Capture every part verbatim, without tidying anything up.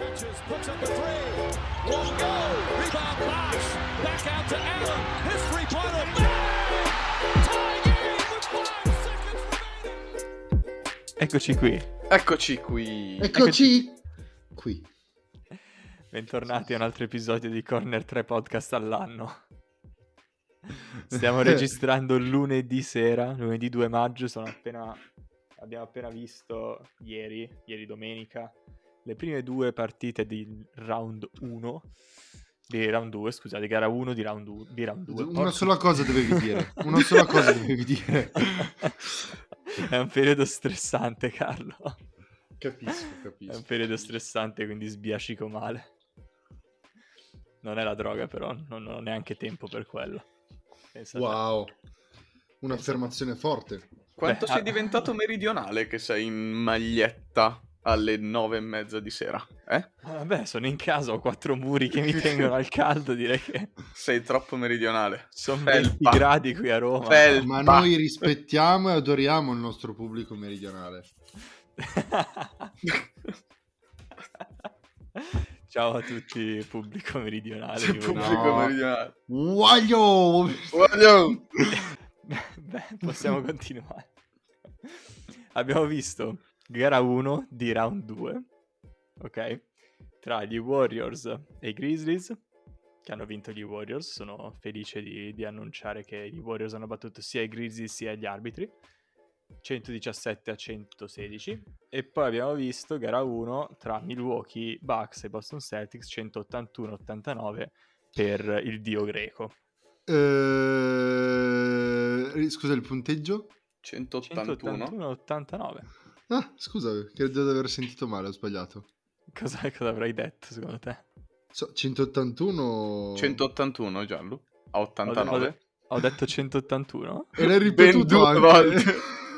Catches, puts up a three. Won't go. Rebound Bosh. Back out to Allen. His three-pointer. Bang! Tie game with five seconds remaining. Eccoci qui. Eccoci qui. Eccoci qui. Bentornati a un altro episodio di Corner tre Podcast all'anno. Stiamo registrando lunedì sera, lunedì due maggio. Sono appena, abbiamo appena visto ieri, ieri domenica, le prime due partite di round uno, di round due, scusate, gara uno di round due. Di round due. Una Porco... sola cosa dovevi dire. Una sola cosa dovevi dire. È un periodo stressante, Carlo. Capisco, È capisco. un periodo stressante, quindi sbiascico male. Non è la droga, però non ho neanche tempo per quello. Pensate. Wow. Un'affermazione forte. Quanto Beh, sei ah... diventato meridionale che sei in maglietta alle nove e mezza di sera, eh? Vabbè, sono in casa, ho quattro muri che mi tengono al caldo, direi che... Sei troppo meridionale. Sono Felpa. venti gradi qui a Roma. Felpa. Ma noi rispettiamo e adoriamo il nostro pubblico meridionale. Ciao a tutti, pubblico meridionale. C'è pubblico No. meridionale. Voglio! Voglio! Beh, possiamo continuare. Abbiamo visto gara uno di round due, ok? Tra gli Warriors e i Grizzlies, che hanno vinto gli Warriors. Sono felice di, di annunciare che i Warriors hanno battuto sia i Grizzlies sia gli arbitri, centodiciassette a centosedici. E poi abbiamo visto gara uno tra Milwaukee Bucks e Boston Celtics, centottantuno a ottantanove per il dio greco. Eh... Scusa, il punteggio? centottantuno. a ottantanove. Ah, scusa, credo di aver sentito male, ho sbagliato. Cosa, cosa avrai detto secondo te? So, centottantuno... centottantuno, Giallo? A Ho, ottantanove? ho- ho detto centottantuno? E l'hai Ben ripetuto due anche. volte.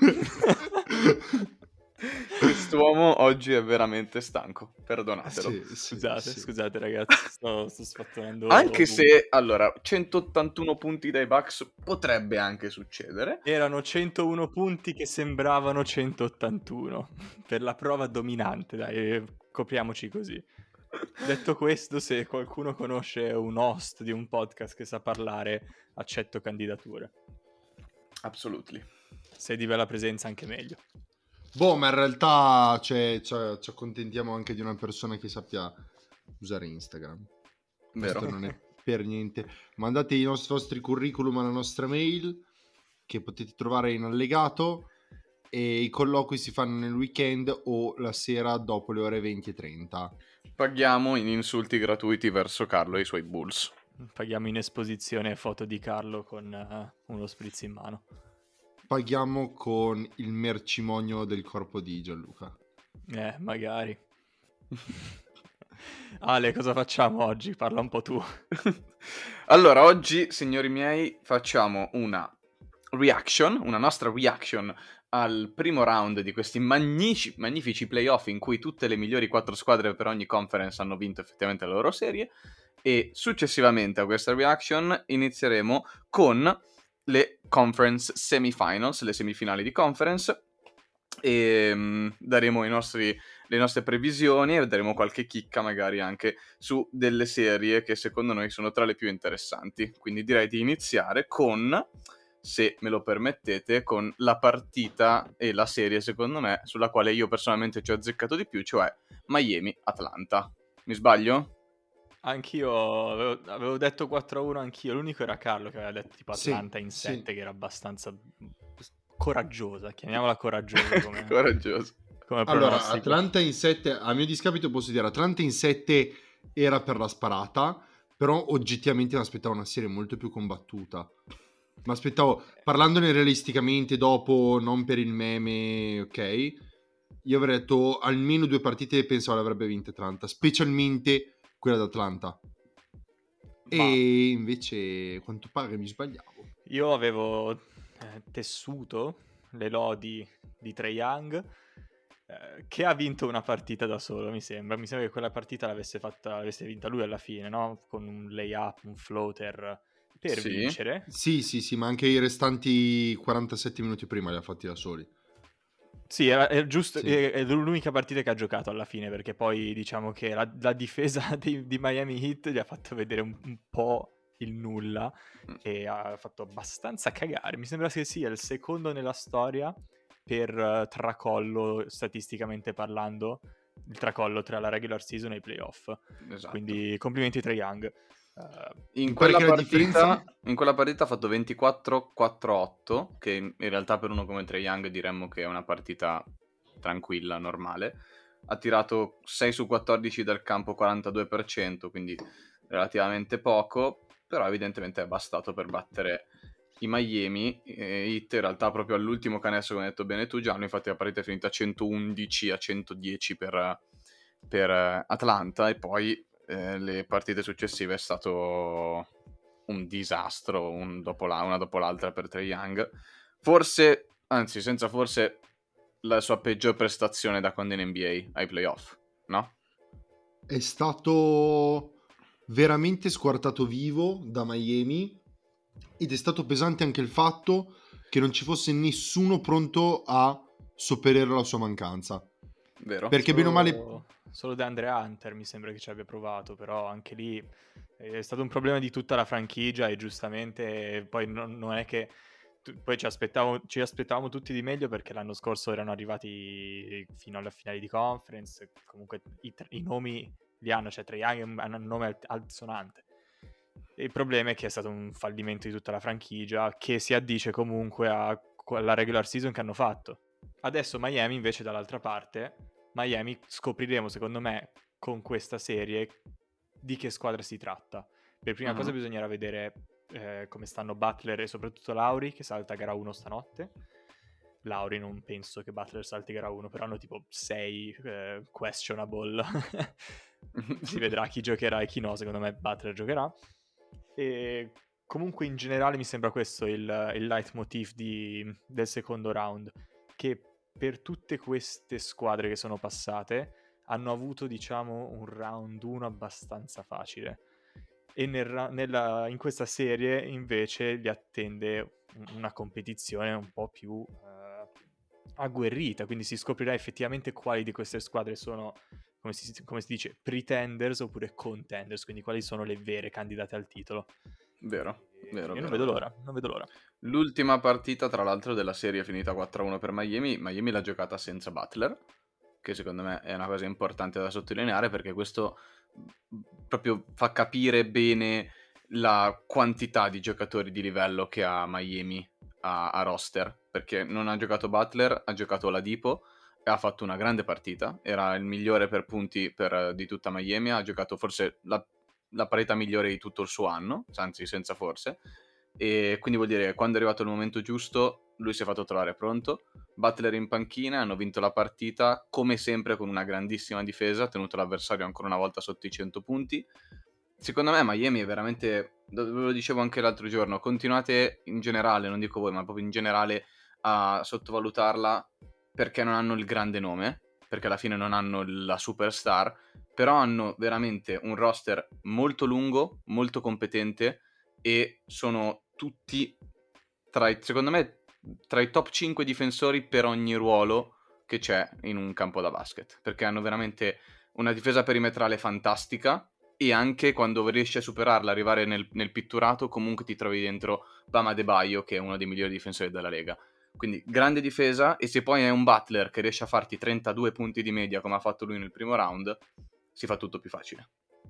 Quest'uomo oggi è veramente stanco, perdonatelo. Sì, sì, Scusate, sì. scusate ragazzi, sto, sto sfattonando. Anche se, allora, centottantuno punti dai Bucks potrebbe anche succedere. Erano centouno punti che sembravano centottantuno. Per la prova dominante, dai, copriamoci così. Detto questo, se qualcuno conosce un host di un podcast che sa parlare, accetto candidature. Absolutely. Se di bella presenza anche meglio. Boh, ma in realtà cioè, cioè, ci accontentiamo anche di una persona che sappia usare Instagram. Vero. Questo non è per niente. Mandate i nostri, vostri curriculum alla nostra mail, che potete trovare in allegato, e i colloqui si fanno nel weekend o la sera dopo le ore venti e trenta. Paghiamo in insulti gratuiti verso Carlo e i suoi Bulls. Paghiamo in esposizione foto di Carlo con uh, uno spritz in mano. Paghiamo con il mercimonio del corpo di Gianluca. Eh, magari. Ale, cosa facciamo oggi? Parla un po' tu. Allora, oggi, signori miei, facciamo una reaction, una nostra reaction al primo round di questi magnifici, magnifici playoff in cui tutte le migliori quattro squadre per ogni conference hanno vinto effettivamente la loro serie, e successivamente a questa reaction inizieremo con le conference semifinals, le semifinali di conference, e um, daremo i nostri, le nostre previsioni e daremo qualche chicca magari anche su delle serie che secondo noi sono tra le più interessanti. Quindi direi di iniziare con, se me lo permettete, con la partita e la serie secondo me sulla quale io personalmente ci ho azzeccato di più, cioè Miami-Atlanta. Mi sbaglio? Anch'io avevo, avevo detto quattro a uno anch'io. L'unico era Carlo che aveva detto tipo Sì, Atlanta in sì. sette, che era abbastanza coraggiosa, chiamiamola coraggiosa come, Coraggioso. come Allora, pronostico. Atlanta in sette, a mio discapito posso dire, Atlanta in sette era per la sparata, però oggettivamente mi aspettavo una serie molto più combattuta. Mi aspettavo, parlandone realisticamente dopo, non per il meme, ok? Io avrei detto almeno due partite, pensavo l'avrebbe vinte Atlanta, specialmente quella d'Atlanta. Ma E invece, a quanto pare, mi sbagliavo. io avevo eh, tessuto le lodi di Trae Young, eh, che ha vinto una partita da solo, mi sembra. Mi sembra che quella partita l'avesse fatta, l'avesse vinta lui alla fine, no? Con un layup, un floater per Sì. vincere. Sì, sì, sì, ma anche i restanti quarantasette minuti prima li ha fatti da soli. Sì, era, è giusto, Sì. è, è l'unica partita che ha giocato alla fine, perché poi diciamo che la, la difesa di, di Miami Heat gli ha fatto vedere un, un po' il nulla Mm. e ha fatto abbastanza cagare. Mi sembra che sia il secondo nella storia per uh, tracollo, statisticamente parlando, il tracollo tra la regular season e i playoff. Esatto. Quindi complimenti Trae Young. Uh, In Mi pare quella, che la partita, differenza- in quella partita ha fatto ventiquattro quattro otto, che in in realtà per uno come Trae Young diremmo che è una partita tranquilla, normale. Ha tirato sei su quattordici dal campo, quarantadue per cento, quindi relativamente poco, però evidentemente è bastato per battere i Miami. E Heat in realtà proprio all'ultimo canestro, come hai detto bene tu Gianni, infatti la partita è finita centoundici a centodieci per, per eh, Atlanta, e poi eh, le partite successive è stato un disastro, un dopo la- una dopo l'altra per Trae Young. Forse, anzi senza forse, la sua peggior prestazione da quando è in N B A ai playoff, no? È stato veramente squartato vivo da Miami ed è stato pesante anche il fatto che non ci fosse nessuno pronto a sopperire la sua mancanza. Vero? Perché bene o male Solo, solo DeAndre Hunter mi sembra che ci abbia provato, però anche lì è stato un problema di tutta la franchigia e giustamente poi non, non è che tu- poi ci aspettavo- ci aspettavamo tutti di meglio, perché l'anno scorso erano arrivati fino alla finale di conference, comunque i, i nomi li hanno, cioè Trae Young ha un nome alt- altisonante. Il problema è che è stato un fallimento di tutta la franchigia, che si addice comunque a- alla regular season che hanno fatto. Adesso Miami invece dall'altra parte, Miami scopriremo secondo me con questa serie di che squadra si tratta. Per prima Mhm. cosa bisognerà vedere eh, come stanno Butler e soprattutto Lauri, che salta gara uno stanotte. Lauri non penso che Butler salti gara uno, però hanno tipo sei eh, questionable. Si vedrà chi giocherà e chi no, secondo me Butler giocherà. E comunque in generale mi sembra questo il, il leitmotiv di, del secondo round, che per tutte queste squadre che sono passate hanno avuto, diciamo, un round uno abbastanza facile, e nel ra- nella- in questa serie invece li attende un- una competizione un po' più eh, agguerrita, quindi si scoprirà effettivamente quali di queste squadre sono, come si, come si dice, pretenders oppure contenders, quindi quali sono le vere candidate al titolo. Vero, E vero, io non vero, vedo vero. l'ora, non vedo l'ora. L'ultima partita, tra l'altro, della serie è finita quattro a uno per Miami. Miami l'ha giocata senza Butler, che secondo me è una cosa importante da sottolineare, perché questo proprio fa capire bene la quantità di giocatori di livello che ha Miami a, a roster, perché non ha giocato Butler, ha giocato Oladipo e ha fatto una grande partita. Era il migliore per punti per, di tutta Miami, ha giocato forse la, la parità migliore di tutto il suo anno, anzi senza forse. E quindi vuol dire che quando è arrivato il momento giusto lui si è fatto trovare pronto. Butler in panchina, hanno vinto la partita come sempre con una grandissima difesa, ha tenuto l'avversario ancora una volta sotto i cento punti. Secondo me Miami è veramente, ve lo dicevo anche l'altro giorno, continuate in generale, non dico voi, ma proprio in generale a sottovalutarla, perché non hanno il grande nome, perché alla fine non hanno la superstar, però hanno veramente un roster molto lungo, molto competente, e sono tutti tra i, secondo me, tra i top cinque difensori per ogni ruolo che c'è in un campo da basket, perché hanno veramente una difesa perimetrale fantastica, e anche quando riesci a superarla, arrivare nel, nel pitturato, comunque ti trovi dentro Bam Adebayo, che è uno dei migliori difensori della Lega. Quindi grande difesa, e se poi hai un Butler che riesce a farti trentadue punti di media come ha fatto lui nel primo round, si fa tutto più facile.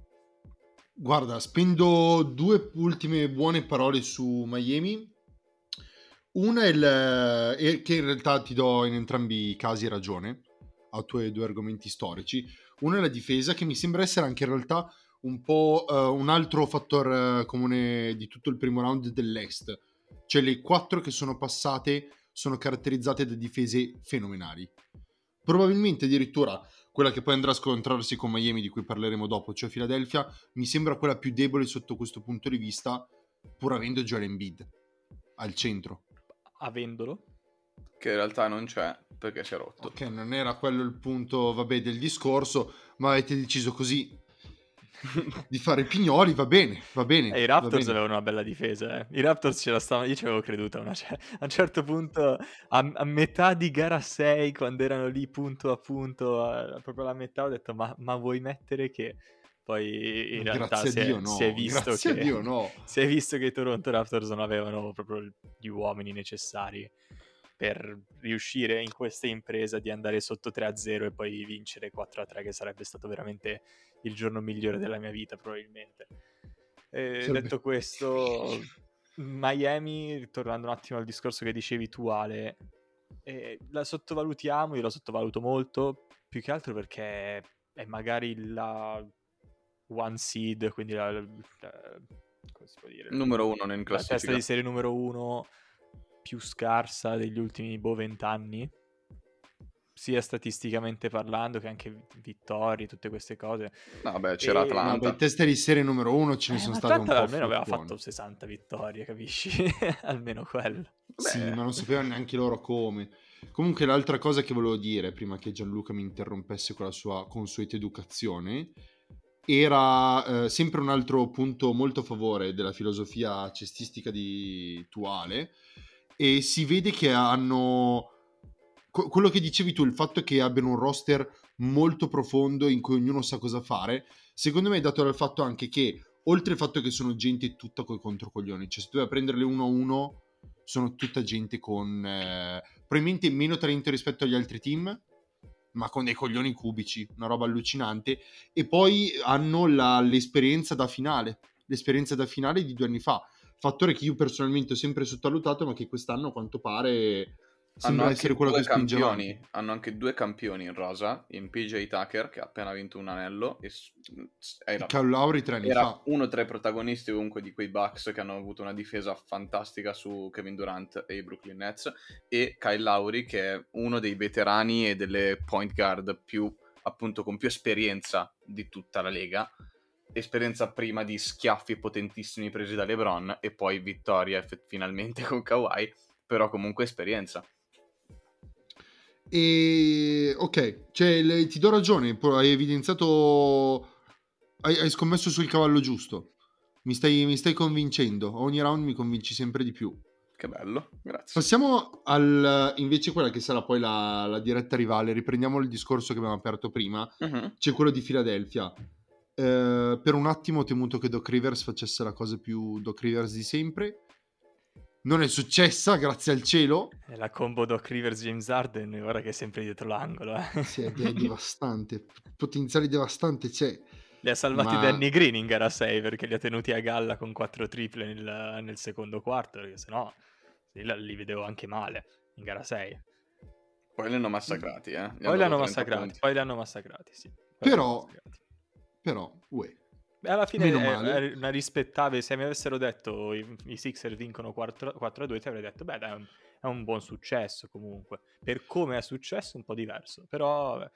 Guarda, spendo due ultime buone parole su Miami. Una è, il, è che in realtà ti do in entrambi i casi ragione, a tuoi due argomenti storici. Una è la difesa, che mi sembra essere anche in realtà un po' uh, un altro fattore comune di tutto il primo round dell'Est. Cioè le quattro che sono passate sono caratterizzate da difese fenomenali. Probabilmente addirittura quella che poi andrà a scontrarsi con Miami, di cui parleremo dopo, cioè Philadelphia, mi sembra quella più debole sotto questo punto di vista, pur avendo Joel Embiid al centro. Avendolo. Che in realtà non c'è, perché si è rotto. Ok, non era quello il punto, vabbè, del discorso, ma avete deciso così. di fare pignoli, va bene, va bene. E i va Raptors bene. avevano una bella difesa, eh. I Raptors ce la stavano, io ci avevo creduto a, una cer- a un certo punto, a, a metà di gara sei, quando erano lì punto a punto, a- proprio alla metà, ho detto ma, ma vuoi mettere che... Poi in realtà Grazie a si è, Dio no, si è visto grazie a che Dio no. si è visto che i Toronto Raptors non avevano proprio gli uomini necessari per riuscire in questa impresa di andare sotto tre a zero e poi vincere quattro a tre, che sarebbe stato veramente il giorno migliore della mia vita probabilmente. E Sarebbe- detto questo, Miami, tornando un attimo al discorso che dicevi tu, Ale, eh, la sottovalutiamo, io la sottovaluto molto, più che altro perché è magari la one seed, quindi la, la- come si può dire? Numero uno in La testa classifica. di serie numero uno più scarsa degli ultimi boh, vent'anni, sia statisticamente parlando che anche vittorie, tutte queste cose. No, beh, c'era E- No, Atlanta. beh, teste di serie numero uno ce ne Eh, sono ma state un Atlanta po' almeno aveva flopone. fatto sessanta vittorie, capisci? Almeno quello. Sì, Beh. ma non sapevano neanche loro come. Comunque l'altra cosa che volevo dire, prima che Gianluca mi interrompesse con la sua consueta educazione, era eh, sempre un altro punto molto a favore della filosofia cestistica di Tuale, e si vede che hanno... que- quello che dicevi tu, il fatto che abbiano un roster molto profondo in cui ognuno sa cosa fare, secondo me è dato dal fatto anche che, oltre al fatto che sono gente tutta coi controcoglioni, cioè se tu vai a prenderle uno a uno, sono tutta gente con eh, probabilmente meno talento rispetto agli altri team, ma con dei coglioni cubici, una roba allucinante, e poi hanno la- l'esperienza da finale, l'esperienza da finale di due anni fa, fattore che io personalmente ho sempre sottovalutato, ma che quest'anno a quanto pare Hanno sembra anche essere quello due che spinge campioni. avanti. Hanno anche due campioni in rosa, in P J Tucker, che ha appena vinto un anello, e s- era, Kyle Lowry tre anni era fa. uno tra i protagonisti comunque di quei Bucks che hanno avuto una difesa fantastica su Kevin Durant e i Brooklyn Nets, e Kyle Lowry, che è uno dei veterani e delle point guard più, appunto, con più esperienza di tutta la lega. Esperienza prima di schiaffi potentissimi presi da LeBron e poi vittoria eff- finalmente con Kawhi, però comunque esperienza. E ok, cioè, le- ti do ragione, però hai evidenziato, hai, hai scommesso sul cavallo giusto. Mi stai, mi stai convincendo, ogni round mi convinci sempre di più. Che bello, grazie. Passiamo al invece quella che sarà poi la, la diretta rivale. Riprendiamo il discorso che abbiamo aperto prima. Mhm. C'è quello di Philadelphia. Eh, per un attimo ho temuto che Doc Rivers facesse la cosa più Doc Rivers di sempre. Non è successa, grazie al cielo. E la combo Doc Rivers James Harden, ora che è sempre dietro l'angolo. Eh. Sì, è, è devastante. Potenziale devastante c'è. Li ha salvati Ma- Danny Green in gara sei, perché li ha tenuti a galla con quattro triple nel, nel secondo quarto, perché sennò li, li vedevo anche male in gara sei. Poi li hanno massacrati, eh. Gli Poi li hanno dato trenta massacrati, punti. poi li hanno massacrati, sì. Poi li Però- hanno massacrati. Però, uè. Beh, alla fine Meno è, male. è una rispettabile. Se mi avessero detto i, i Sixers vincono quattro a due, ti avrei detto, beh, dai, è un, è un buon successo comunque. Per come è successo, un po' diverso. Però vabbè,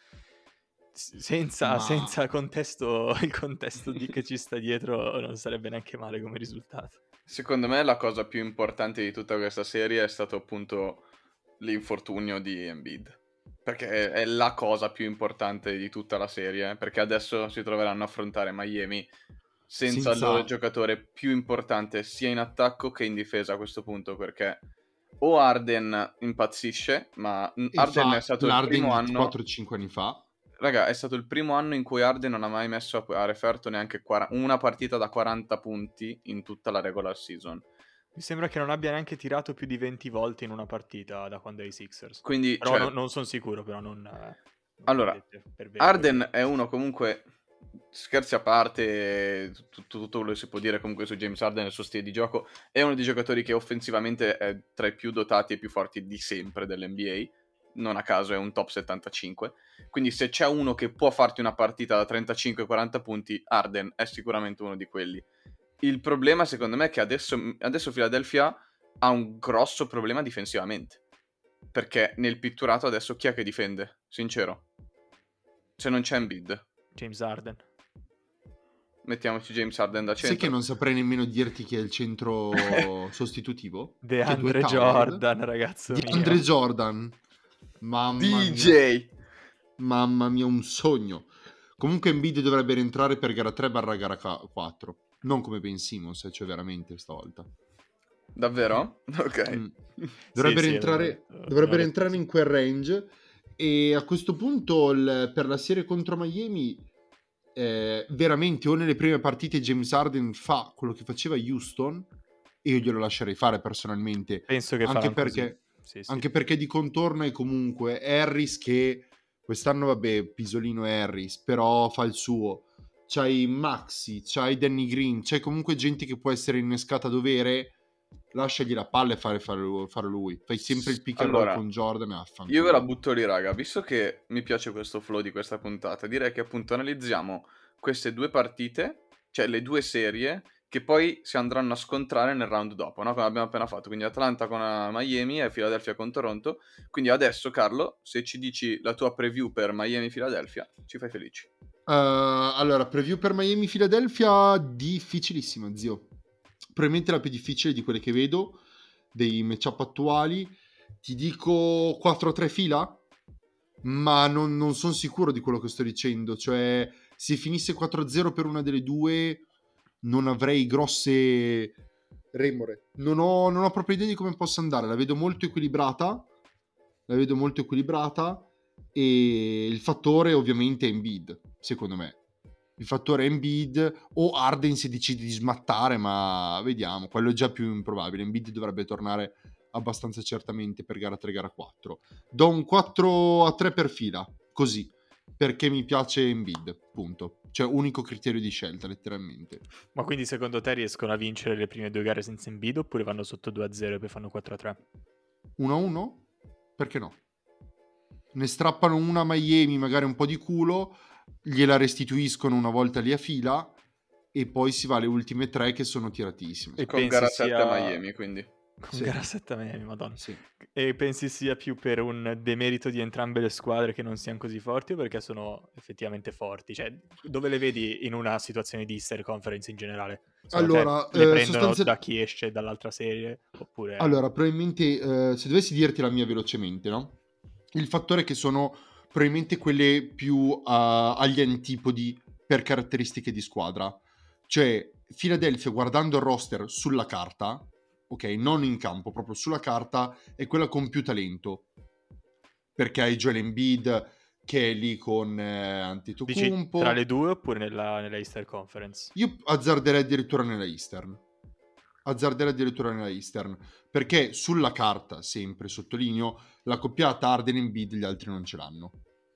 s- senza, Ma- senza contesto, il contesto di che ci sta dietro non sarebbe neanche male come risultato. Secondo me la cosa più importante di tutta questa serie è stato appunto l'infortunio di Embiid. Perché è, è la cosa più importante di tutta la serie, eh, perché adesso si troveranno a affrontare Miami senza, Senza- il loro giocatore più importante sia in attacco che in difesa a questo punto, perché o Harden impazzisce, ma E Harden fa è stato il l'Harden primo di anno... quattro cinque anni fa. Raga, è stato il primo anno in cui Harden non ha mai messo a, a referto neanche quara- una partita da quaranta punti in tutta la regular season. Mi sembra che non abbia neanche tirato più di venti volte in una partita da quando è ai Sixers. Quindi, Però cioè, non, non sono sicuro, però non... eh, non Allora, prendete per vero Harden quello. è uno comunque, scherzi a parte, tutto, tutto quello che si può dire comunque su James Harden e il suo stile di gioco, è uno dei giocatori che offensivamente è tra i più dotati e più forti di sempre dell'N B A, non a caso è un top settantacinque, quindi se c'è uno che può farti una partita da trentacinque quaranta punti, Harden è sicuramente uno di quelli. Il problema secondo me è che adesso, adesso Philadelphia ha un grosso problema difensivamente, perché nel pitturato adesso chi è che difende? Sincero, se non c'è Embiid, James Harden. mettiamoci James Harden da Sai centro. che non saprei nemmeno dirti chi è il centro sostitutivo? Che tu DeAndre e Howard. Jordan, ragazzo Di mio. Andre Jordan. Mamma D mia. J. Mamma mia, un sogno. Comunque Embiid dovrebbe rientrare per gara tre barra gara quattro, non come Ben Simmons, cioè veramente stavolta. Davvero? Ok. Mm. Dovrebbe Sì, sì, rientrare, avevo- dovrebbe avevo rientrare letto in quel range, e a questo punto il- per la serie contro Miami eh, veramente o nelle prime partite James Harden fa quello che faceva Houston, e io glielo lascerei fare personalmente, Penso che anche faranno perché, così. Sì, sì. anche perché di contorno è comunque Harris, che quest'anno vabbè pisolino Harris, però fa il suo, c'hai Maxi, c'hai Danny Green, c'hai comunque gente che può essere innescata a dovere, lasciagli la palla e fare, fare, fare lui, fai sempre il pick and roll Allora, con Jordan e io affanculo. ve la butto lì, raga, visto che mi piace questo flow di questa puntata, direi che appunto analizziamo queste due partite, cioè le due serie, che poi si andranno a scontrare nel round dopo, no? Come abbiamo appena fatto, quindi Atlanta con uh, Miami e Philadelphia con Toronto. Quindi adesso, Carlo, se ci dici la tua preview per Miami-Philadelphia, ci fai felici. Uh, allora, preview per Miami-Philadelphia difficilissima, zio. Probabilmente la più difficile di quelle che vedo, dei matchup attuali. Ti dico quattro a tre fila, ma non, non sono sicuro di quello che sto dicendo. Cioè, se finisse quattro a zero per una delle due, non avrei grosse remore. Non ho, non ho proprio idea di come possa andare. La vedo molto equilibrata. La vedo molto equilibrata. E il fattore ovviamente è Embiid, secondo me. Il fattore è Embiid, o Harden se decide di smattare, ma vediamo, quello è già più improbabile. Embiid dovrebbe tornare abbastanza certamente per gara tre, gara quattro. Do un quattro a tre per fila, così, perché mi piace Embiid, punto. Cioè, unico criterio di scelta, letteralmente. Ma quindi secondo te riescono a vincere le prime due gare senza Embiid, oppure vanno sotto due a zero e poi fanno quattro a tre? uno a uno? Perché no? Ne strappano una a Miami, magari un po' di culo, gliela restituiscono una volta lì a fila, e poi si va alle ultime tre che sono tiratissime. E Con pensi gara sette sia... a Miami, quindi. Con Sì. gara sette a Miami, madonna. Sì. E pensi sia più per un demerito di entrambe le squadre che non siano così forti, o perché sono effettivamente forti? Cioè, dove le vedi in una situazione di Easter Conference in generale? Secondo Allora, te le eh, prendono sostanzia- da chi esce dall'altra serie? Oppure... Allora, probabilmente, eh, se dovessi dirti la mia velocemente, no? Il fattore è che sono probabilmente quelle più uh, agli antipodi per caratteristiche di squadra. Cioè, Philadelphia, guardando il roster sulla carta, ok, non in campo, proprio sulla carta, è quella con più talento. Perché hai Joel Embiid che è lì con eh, Dici Antetokounmpo. tra le due oppure nella, nella Easter Conference? Io azzarderei addirittura nella Eastern. Azzarderei addirittura nella Eastern. Perché sulla carta, sempre sottolineo, la coppiata Harden e Embiid gli altri non ce l'hanno.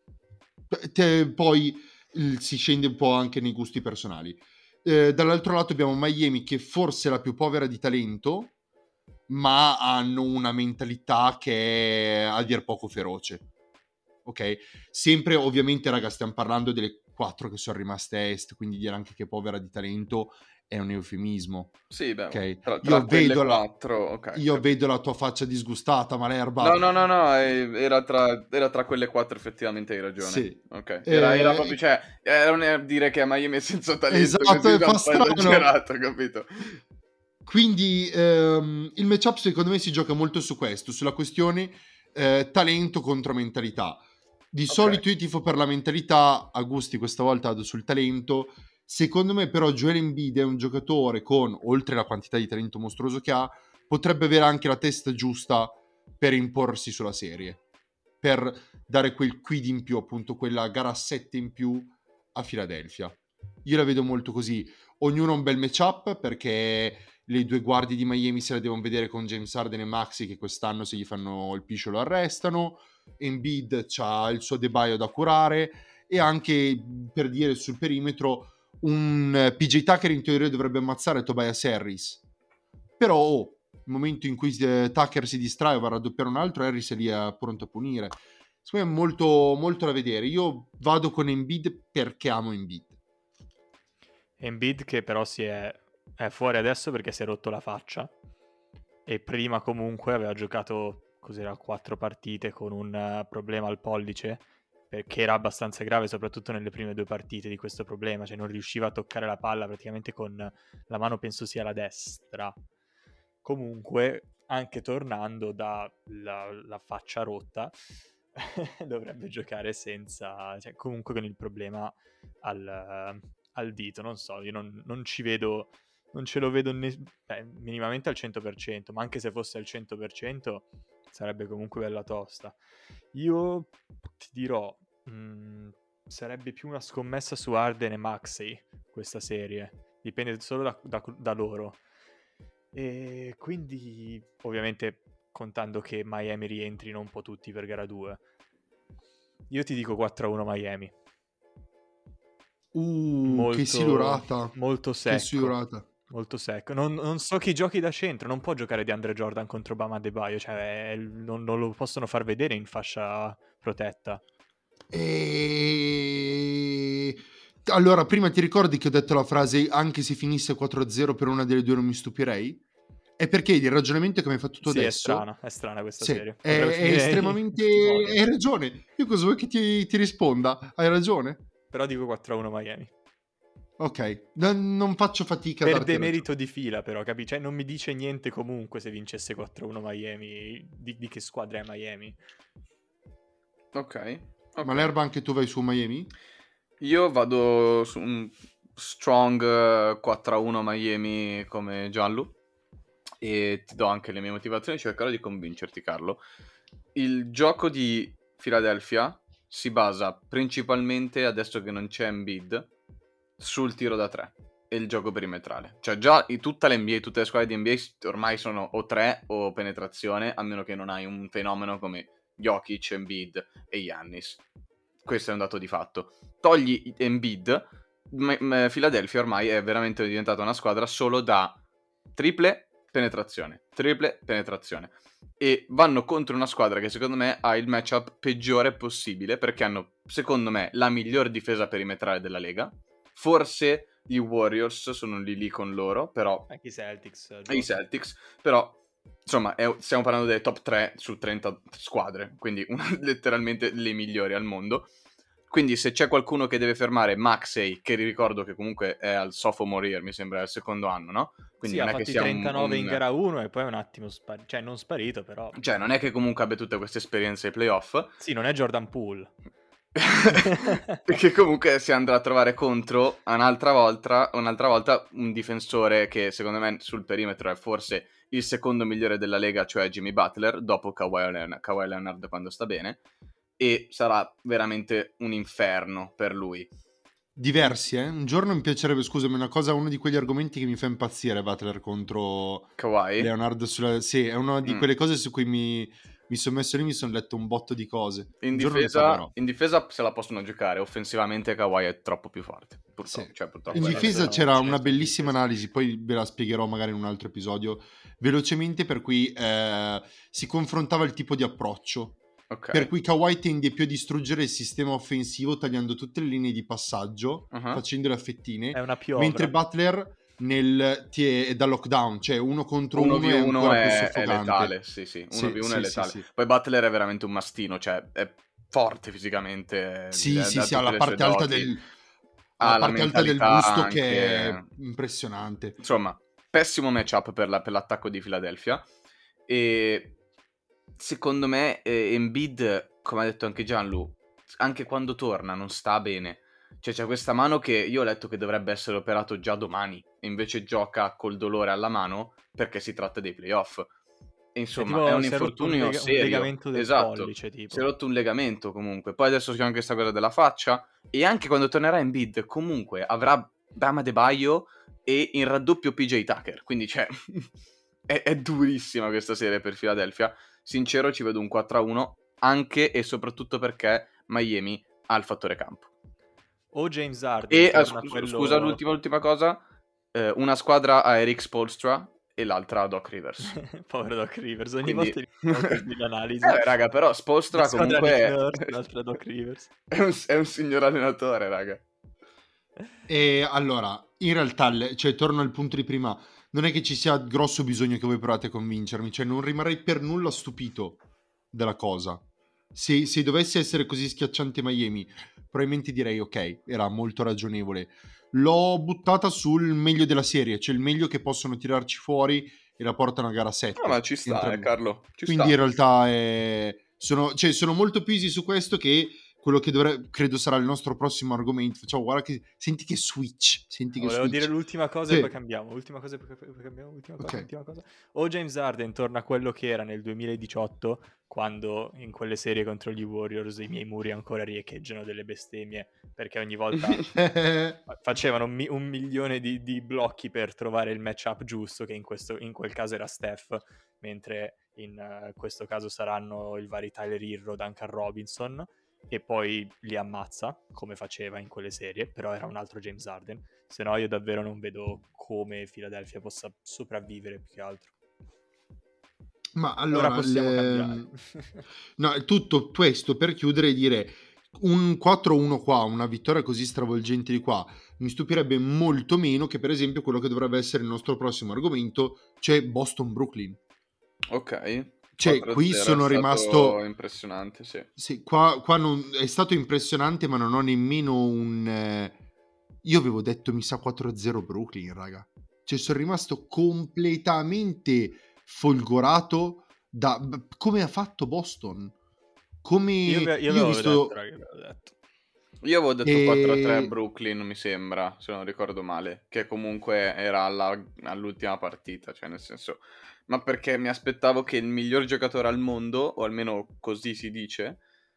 Te, poi il, si scende un po' anche nei gusti personali. Eh, dall'altro lato abbiamo Miami, che forse è la più povera di talento, ma hanno una mentalità che è a dir poco feroce. Ok? Sempre, ovviamente, raga, stiamo parlando delle quattro che sono rimaste est, quindi dire anche che è povera di talento è un eufemismo. Sì, beh, Ok? tra, tra Io quelle vedo la, quattro, ok. io capito. vedo la tua faccia disgustata, Malerba. No, no, no, no, eh, era tra, era tra quelle quattro, effettivamente hai ragione. Sì. Ok, era, era proprio, Eh, cioè, era un dire che Miami è senza talento, esatto, così da fa un po' strano. esagerato, capito? Quindi ehm, il matchup secondo me si gioca molto su questo, sulla questione eh, talento contro mentalità. Di Ok. solito io tifo per la mentalità, a gusti questa volta vado sul talento. Secondo me però Joel Embiid è un giocatore con, oltre la quantità di talento mostruoso che ha, potrebbe avere anche la testa giusta per imporsi sulla serie, per dare quel quid in più, appunto quella gara sette in più a Philadelphia. Io la vedo molto così. Ognuno ha un bel matchup, perché le due guardie di Miami se la devono vedere con James Harden e Maxi, che quest'anno se gli fanno il piscio lo arrestano. Embiid c'ha il suo Adebayo da curare, e anche, per dire, sul perimetro un P J Tucker in teoria dovrebbe ammazzare Tobias Harris, però oh, nel momento in cui eh, Tucker si distrae o va a raddoppiare un altro, Harris è lì a, pronto a punire. Secondo me è molto, molto da vedere. Io vado con Embiid perché amo Embiid. Embiid che però si è, è fuori adesso perché si è rotto la faccia, e prima comunque aveva giocato, cos'era, quattro partite con un uh, problema al pollice, perché era abbastanza grave soprattutto nelle prime due partite di questo problema, cioè non riusciva a toccare la palla praticamente con la mano, penso sia la destra. Comunque, anche tornando dalla la faccia rotta, dovrebbe giocare senza, cioè comunque con il problema al, al dito, non so, io non, non ci vedo, non ce lo vedo ne- beh, minimamente al cento per cento, ma anche se fosse al cento per cento sarebbe comunque bella tosta. Io ti dirò, mh, sarebbe più una scommessa su Harden e Maxey questa serie, dipende solo da, da, da loro. E quindi ovviamente contando che Miami rientrino un po' tutti per gara due, io ti dico quattro a uno Miami. Uh, molto, che silurata. molto Che secco, silurata. molto secco. Non, non so chi giochi da centro, non può giocare di Andre Jordan contro Bam Adebayo, cioè non, non lo possono far vedere in fascia protetta. E... Allora, prima ti ricordi che ho detto la frase anche se finisse quattro a zero per una delle due non mi stupirei? È perché il ragionamento che mi hai fatto tu sì, adesso... è strana, è strana questa sì, serie. è, è estremamente... Hai ragione. Io cosa vuoi che ti, ti risponda? Hai ragione. Però dico quattro a uno Miami. Ok, non, non faccio fatica per a darti demerito ragione. di fila però, capi? Cioè non mi dice niente comunque se vincesse quattro a uno Miami, di, di che squadra è Miami. Ok. Ok. Ma l'erba anche tu vai su Miami? Io vado su un strong eh, quattro a uno Miami come Gianlu e ti do anche le mie motivazioni, cercherò di convincerti, Carlo. Il gioco di Philadelphia si basa principalmente, adesso che non c'è Embiid, sul tiro da tre e il gioco perimetrale. Cioè già in tutta l'N B A, tutte le squadre di N B A ormai sono o tre o penetrazione, a meno che non hai un fenomeno come Jokic, Embiid e Giannis. Questo è un dato di fatto. Togli Embiid, m- m- Philadelphia ormai è veramente diventata una squadra solo da triple, penetrazione, triple, penetrazione. E vanno contro una squadra che secondo me ha il matchup peggiore possibile, perché hanno, secondo me, la miglior difesa perimetrale della Lega. Forse gli Warriors sono lì lì con loro, però... Anche i Celtics. E i Celtics, però... Insomma, è, stiamo parlando delle top tre su trenta squadre, quindi una, letteralmente le migliori al mondo. Quindi se c'è qualcuno che deve fermare Maxey, che ricordo che comunque è al sophomore year, mi sembra, è il secondo anno, no? Quindi sì, non ha è che fatto i sia trentanove un, un... in gara uno e poi è un attimo sparito, cioè non sparito però. Cioè non è che comunque abbia tutte queste esperienze ai playoff. Sì, non è Jordan Poole. E che comunque si andrà a trovare contro un'altra volta, un'altra volta un difensore che secondo me sul perimetro è forse il secondo migliore della Lega, cioè Jimmy Butler, dopo Kawhi Leonard, Kawhi Leonard quando sta bene, e sarà veramente un inferno per lui. Diversi, eh? Un giorno mi piacerebbe, scusami, una cosa, uno di quegli argomenti che mi fa impazzire Butler contro Kawhi? Leonard sulla... Sì, è una di Mm. quelle cose su cui mi, mi sono messo lì, mi sono letto un botto di cose. In un giorno ne difesa, parlerò. in difesa se la possono giocare, offensivamente Kawhi è troppo più forte. Purtroppo, Sì. cioè, purtroppo In è difesa no, c'era certo, una in bellissima difesa. analisi, poi ve la spiegherò magari in un altro episodio velocemente, per cui eh, si confrontava il tipo di approccio. Ok. Per cui Kawhi tende più a distruggere il sistema offensivo tagliando tutte le linee di passaggio, Uh-huh. facendole a fettine, È una piovra. mentre Butler nel, ti è, è da lockdown, cioè uno contro uno, uno è vu uno ancora più è, è soffocante. letale, sì sì, uno Sì, vu uno sì, è sì, letale. sì. Poi Butler è veramente un mastino, cioè è forte fisicamente. Sì, da- sì, da sì, ha tutte la le sue parte alta doti. del, Ha la la parte alta del mentalità busto che è anche... impressionante. Insomma, pessimo matchup per, la- per l'attacco di Philadelphia. E secondo me eh, Embiid, come ha detto anche Gianlu, anche quando torna non sta bene. Cioè c'è questa mano che io ho letto che dovrebbe essere operato già domani, e invece gioca col dolore alla mano perché si tratta dei playoff. E insomma, tipo, è un si è rotto un infortunio lega- un serio. legamento del Esatto. pollice, tipo. Si è rotto un legamento comunque. Poi adesso c'è anche questa cosa della faccia. E anche quando tornerà Embiid, comunque avrà Bam Adebayo e in raddoppio P J Tucker. Quindi, cioè, è, è durissima questa serie per Philadelphia. Sincero, ci vedo un quattro a uno, anche e soprattutto perché Miami ha il fattore campo. O James Harden E torna ah, scu- quello... scusa, l'ultima, l'ultima cosa. Eh, una squadra ha Eric Spoelstra e l'altra a Doc Rivers. Povero Doc Rivers, ogni Quindi... volta ripetiamo così l'analisi. Eh, raga, però Una Spoelstra squadra comunque Nick Nurse, l'altra Doc Rivers. è un, è un signor allenatore, raga. E allora, in realtà, le- cioè, torno al punto di prima, non è che ci sia grosso bisogno che voi provate a convincermi, cioè non rimarrei per nulla stupito della cosa. Se, se dovesse essere così schiacciante Miami, probabilmente direi ok, era molto ragionevole. L'ho buttata sul meglio della serie, cioè il meglio che possono tirarci fuori e la portano a gara sette. No, ma ci sta, Entra- eh, Carlo. Ci Quindi sta. in realtà è... Sono, cioè, sono molto più easy su questo che quello che dovrebbe, credo sarà il nostro prossimo argomento. Facciamo, guarda che, senti che switch, senti che Volevo switch. dire l'ultima cosa e Sì. poi cambiamo. Ultima cosa e poi poi cambiamo. Ultima cosa, Ok. ultima cosa. O James Harden torna a quello che era nel duemiladiciotto, quando in quelle serie contro gli Warriors i miei muri ancora riecheggiano delle bestemmie, perché ogni volta facevano un, mi- un milione di, di blocchi per trovare il matchup giusto, che in, questo, in quel caso era Steph, mentre in uh, questo caso saranno il vari Tyler Hero, Duncan Robinson, e poi li ammazza, come faceva in quelle serie, però era un altro James Harden. Se no io davvero non vedo come Philadelphia possa sopravvivere più che altro. Ma allora, Ora possiamo le... cambiare. no, tutto questo per chiudere e dire un quattro uno qua, una vittoria così stravolgente di qua, mi stupirebbe molto meno che per esempio quello che dovrebbe essere il nostro prossimo argomento, cioè Boston-Brooklyn. Ok. Cioè, qui sono rimasto impressionante, sì. Sì, qua, qua non... è stato impressionante, ma non ho nemmeno un... eh, Io avevo detto, mi sa, quattro a zero Brooklyn, raga. Cioè, sono rimasto completamente folgorato da b- come ha fatto Boston. Come Io, ve- io io ho avevo visto... detto, raga, avevo detto. Io avevo detto E- quattro a tre Brooklyn, mi sembra, se non ricordo male, che comunque era alla- all'ultima partita, cioè nel senso... Ma perché mi aspettavo che il miglior giocatore al mondo, o almeno così si dice,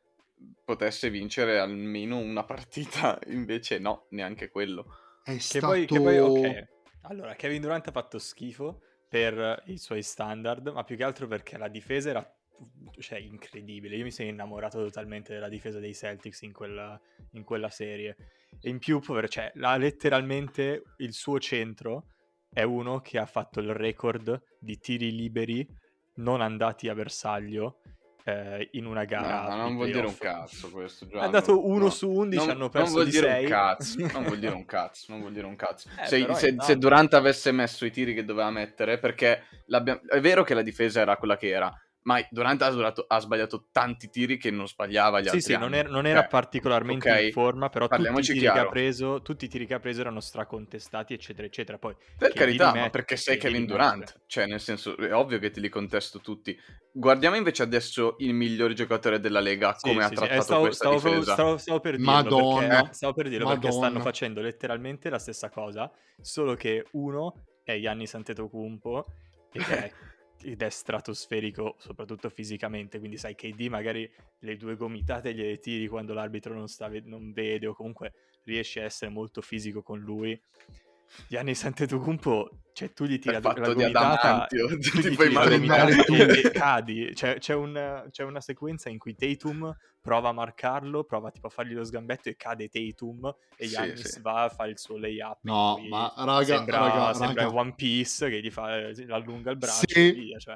potesse vincere almeno una partita, invece no, neanche quello. È Che stato... poi, che poi, ok. Allora, Kevin Durant ha fatto schifo per i suoi standard, ma più che altro perché la difesa era, cioè, incredibile. Io mi sono innamorato totalmente della difesa dei Celtics in quella, in quella serie. E in più, pover- cioè, la- letteralmente il suo centro è uno che ha fatto il record di tiri liberi non andati a bersaglio eh, in una gara No, di non vuol dire un playoff. cazzo questo, È Gianlu. andato uno No. su undici, Non, hanno non perso vuol di dire un sei. cazzo, non vuol dire un cazzo, non vuol dire un cazzo. Eh, Se, però se- è se tanto. Durant avesse messo i tiri che doveva mettere, perché l'abbiamo- è vero che la difesa era quella che era, ma Durant ha, sbagliato, ha sbagliato tanti tiri che non sbagliava gli Sì, altri sì, non anni. era, non era Cioè, particolarmente in ok, forma, però tutti i parliamoci tiri che ha chiaro. preso, tutti i tiri che ha preso erano stracontestati, eccetera, eccetera. Poi Per K D li carità, ma mette, perché sei K D li Kevin mette. Durant? Cioè, nel senso, è ovvio che te li contesto tutti. Guardiamo invece adesso il miglior giocatore della Lega, Sì, come ha sì, sì. Eh, trattato stavo, questa stavo proprio- difesa. stavo- stavo per dirlo, Madonna. perché, stavo per dirlo perché Madonna. stanno facendo letteralmente la stessa cosa, solo che uno è Giannis Antetokounmpo ed è, ed è stratosferico, soprattutto fisicamente, quindi sai, K D magari le due gomitate gliele tiri quando l'arbitro non, sta, ve- non vede, o comunque riesci a essere molto fisico con lui. Giannis Antetokounmpo, cioè tu gli tiri È la, la fatto di gomitata, adamantio, tu ti gli fai tiri la male in gomitata mano. e, e cadi. C'è, c'è, un- c'è una sequenza in cui Tatum prova a marcarlo, prova tipo a fargli lo sgambetto e cade Tatum e Sì, Giannis sì. va a fare il suo layup. No, in cui ma raga, sembra, raga, sembra raga. One Piece che gli fa, allunga il braccio Sì. e via. Cioè.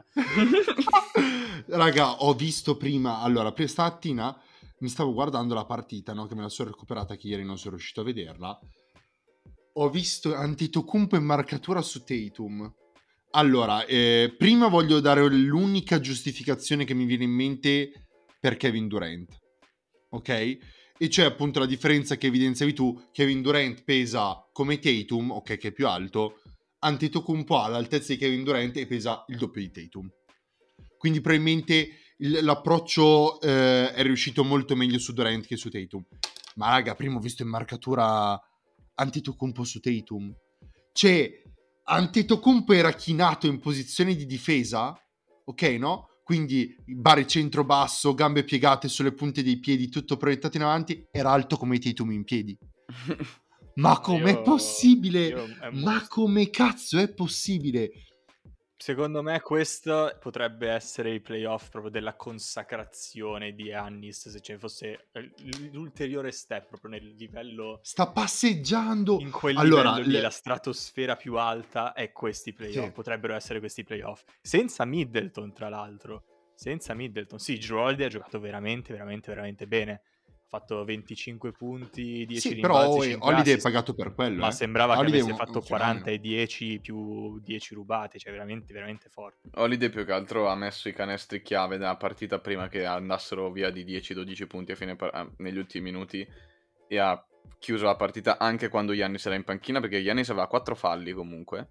Raga, ho visto prima, allora, per stamattina mi stavo guardando la partita, no? Che me la sono recuperata, che ieri non sono riuscito a vederla. Ho visto Antetokounmpo in marcatura su Tatum. Allora, eh, prima voglio dare l'unica giustificazione che mi viene in mente per Kevin Durant, ok? E cioè appunto la differenza che evidenziavi tu. Kevin Durant pesa come Tatum, ok, che è più alto. Antetokounmpo ha l'altezza di Kevin Durant e pesa il doppio di Tatum. Quindi probabilmente il- l'approccio eh, è riuscito molto meglio su Durant che su Tatum. Ma raga, prima ho visto in marcatura Antetokounmpo su Tatum. Cioè, Antetokounmpo era chinato in posizione di difesa, ok, no? Quindi bari centro-basso, gambe piegate sulle punte dei piedi, tutto proiettato in avanti, era alto come Tatum in piedi. Ma com'è Io- possibile? io è un Ma mostro. come cazzo è possibile? Secondo me questo potrebbe essere i playoff proprio della consacrazione di Giannis, se ce fosse eh, l'ulteriore step proprio nel livello, Sta passeggiando. in quel Allora, livello lì, le- la stratosfera più alta è questi playoff, Sì. potrebbero essere questi playoff. Senza Middleton, tra l'altro, senza Middleton. Sì, Jrue Holiday ha giocato veramente, veramente, veramente bene. Ha fatto venticinque punti, dieci Sì, rimbalzi, però cinque Holiday è assist. pagato per quello. Ma eh. sembrava che Holiday è avesse un- fatto un fenomeno. quaranta e dieci più dieci rubati, cioè veramente, veramente forte. Holiday più che altro ha messo i canestri chiave della partita prima che andassero via di dieci dodici punti a fine par- ah, negli ultimi minuti, e ha chiuso la partita anche quando Giannis era in panchina, perché Giannis aveva quattro falli comunque,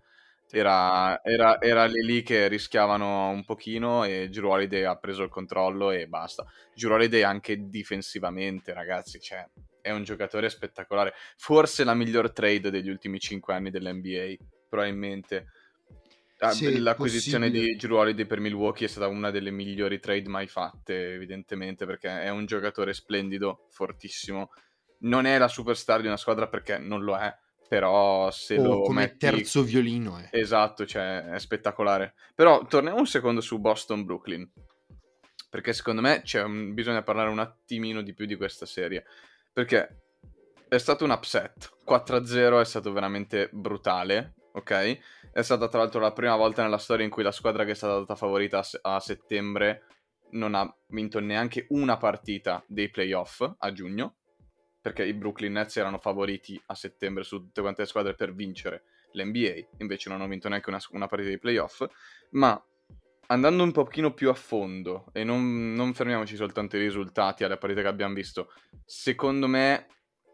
Sì. Era, era, era lì lì che rischiavano un pochino e Jrue Holiday ha preso il controllo e basta. Jrue Holiday anche difensivamente, ragazzi, cioè, è un giocatore spettacolare. Forse la miglior trade degli ultimi cinque anni dell'N B A, probabilmente. Ah, Sì, L'acquisizione possibile. di Jrue Holiday per Milwaukee è stata una delle migliori trade mai fatte, evidentemente, perché è un giocatore splendido, fortissimo. Non è la superstar di una squadra perché non lo è, però se O lo come metti... terzo violino, eh. Esatto, cioè è spettacolare. Però torniamo un secondo su Boston-Brooklyn, perché secondo me c'è un- bisogna parlare un attimino di più di questa serie, perché è stato un upset. quattro a zero è stato veramente brutale, ok? È stata tra l'altro la prima volta nella storia in cui la squadra che è stata data favorita a, se- a settembre non ha vinto neanche una partita dei playoff a giugno, perché i Brooklyn Nets erano favoriti a settembre su tutte quante le squadre per vincere l'N B A, invece non hanno vinto neanche una, una partita dei playoff. Ma andando un pochino più a fondo e non, non fermiamoci soltanto ai risultati, alle partite che abbiamo visto, secondo me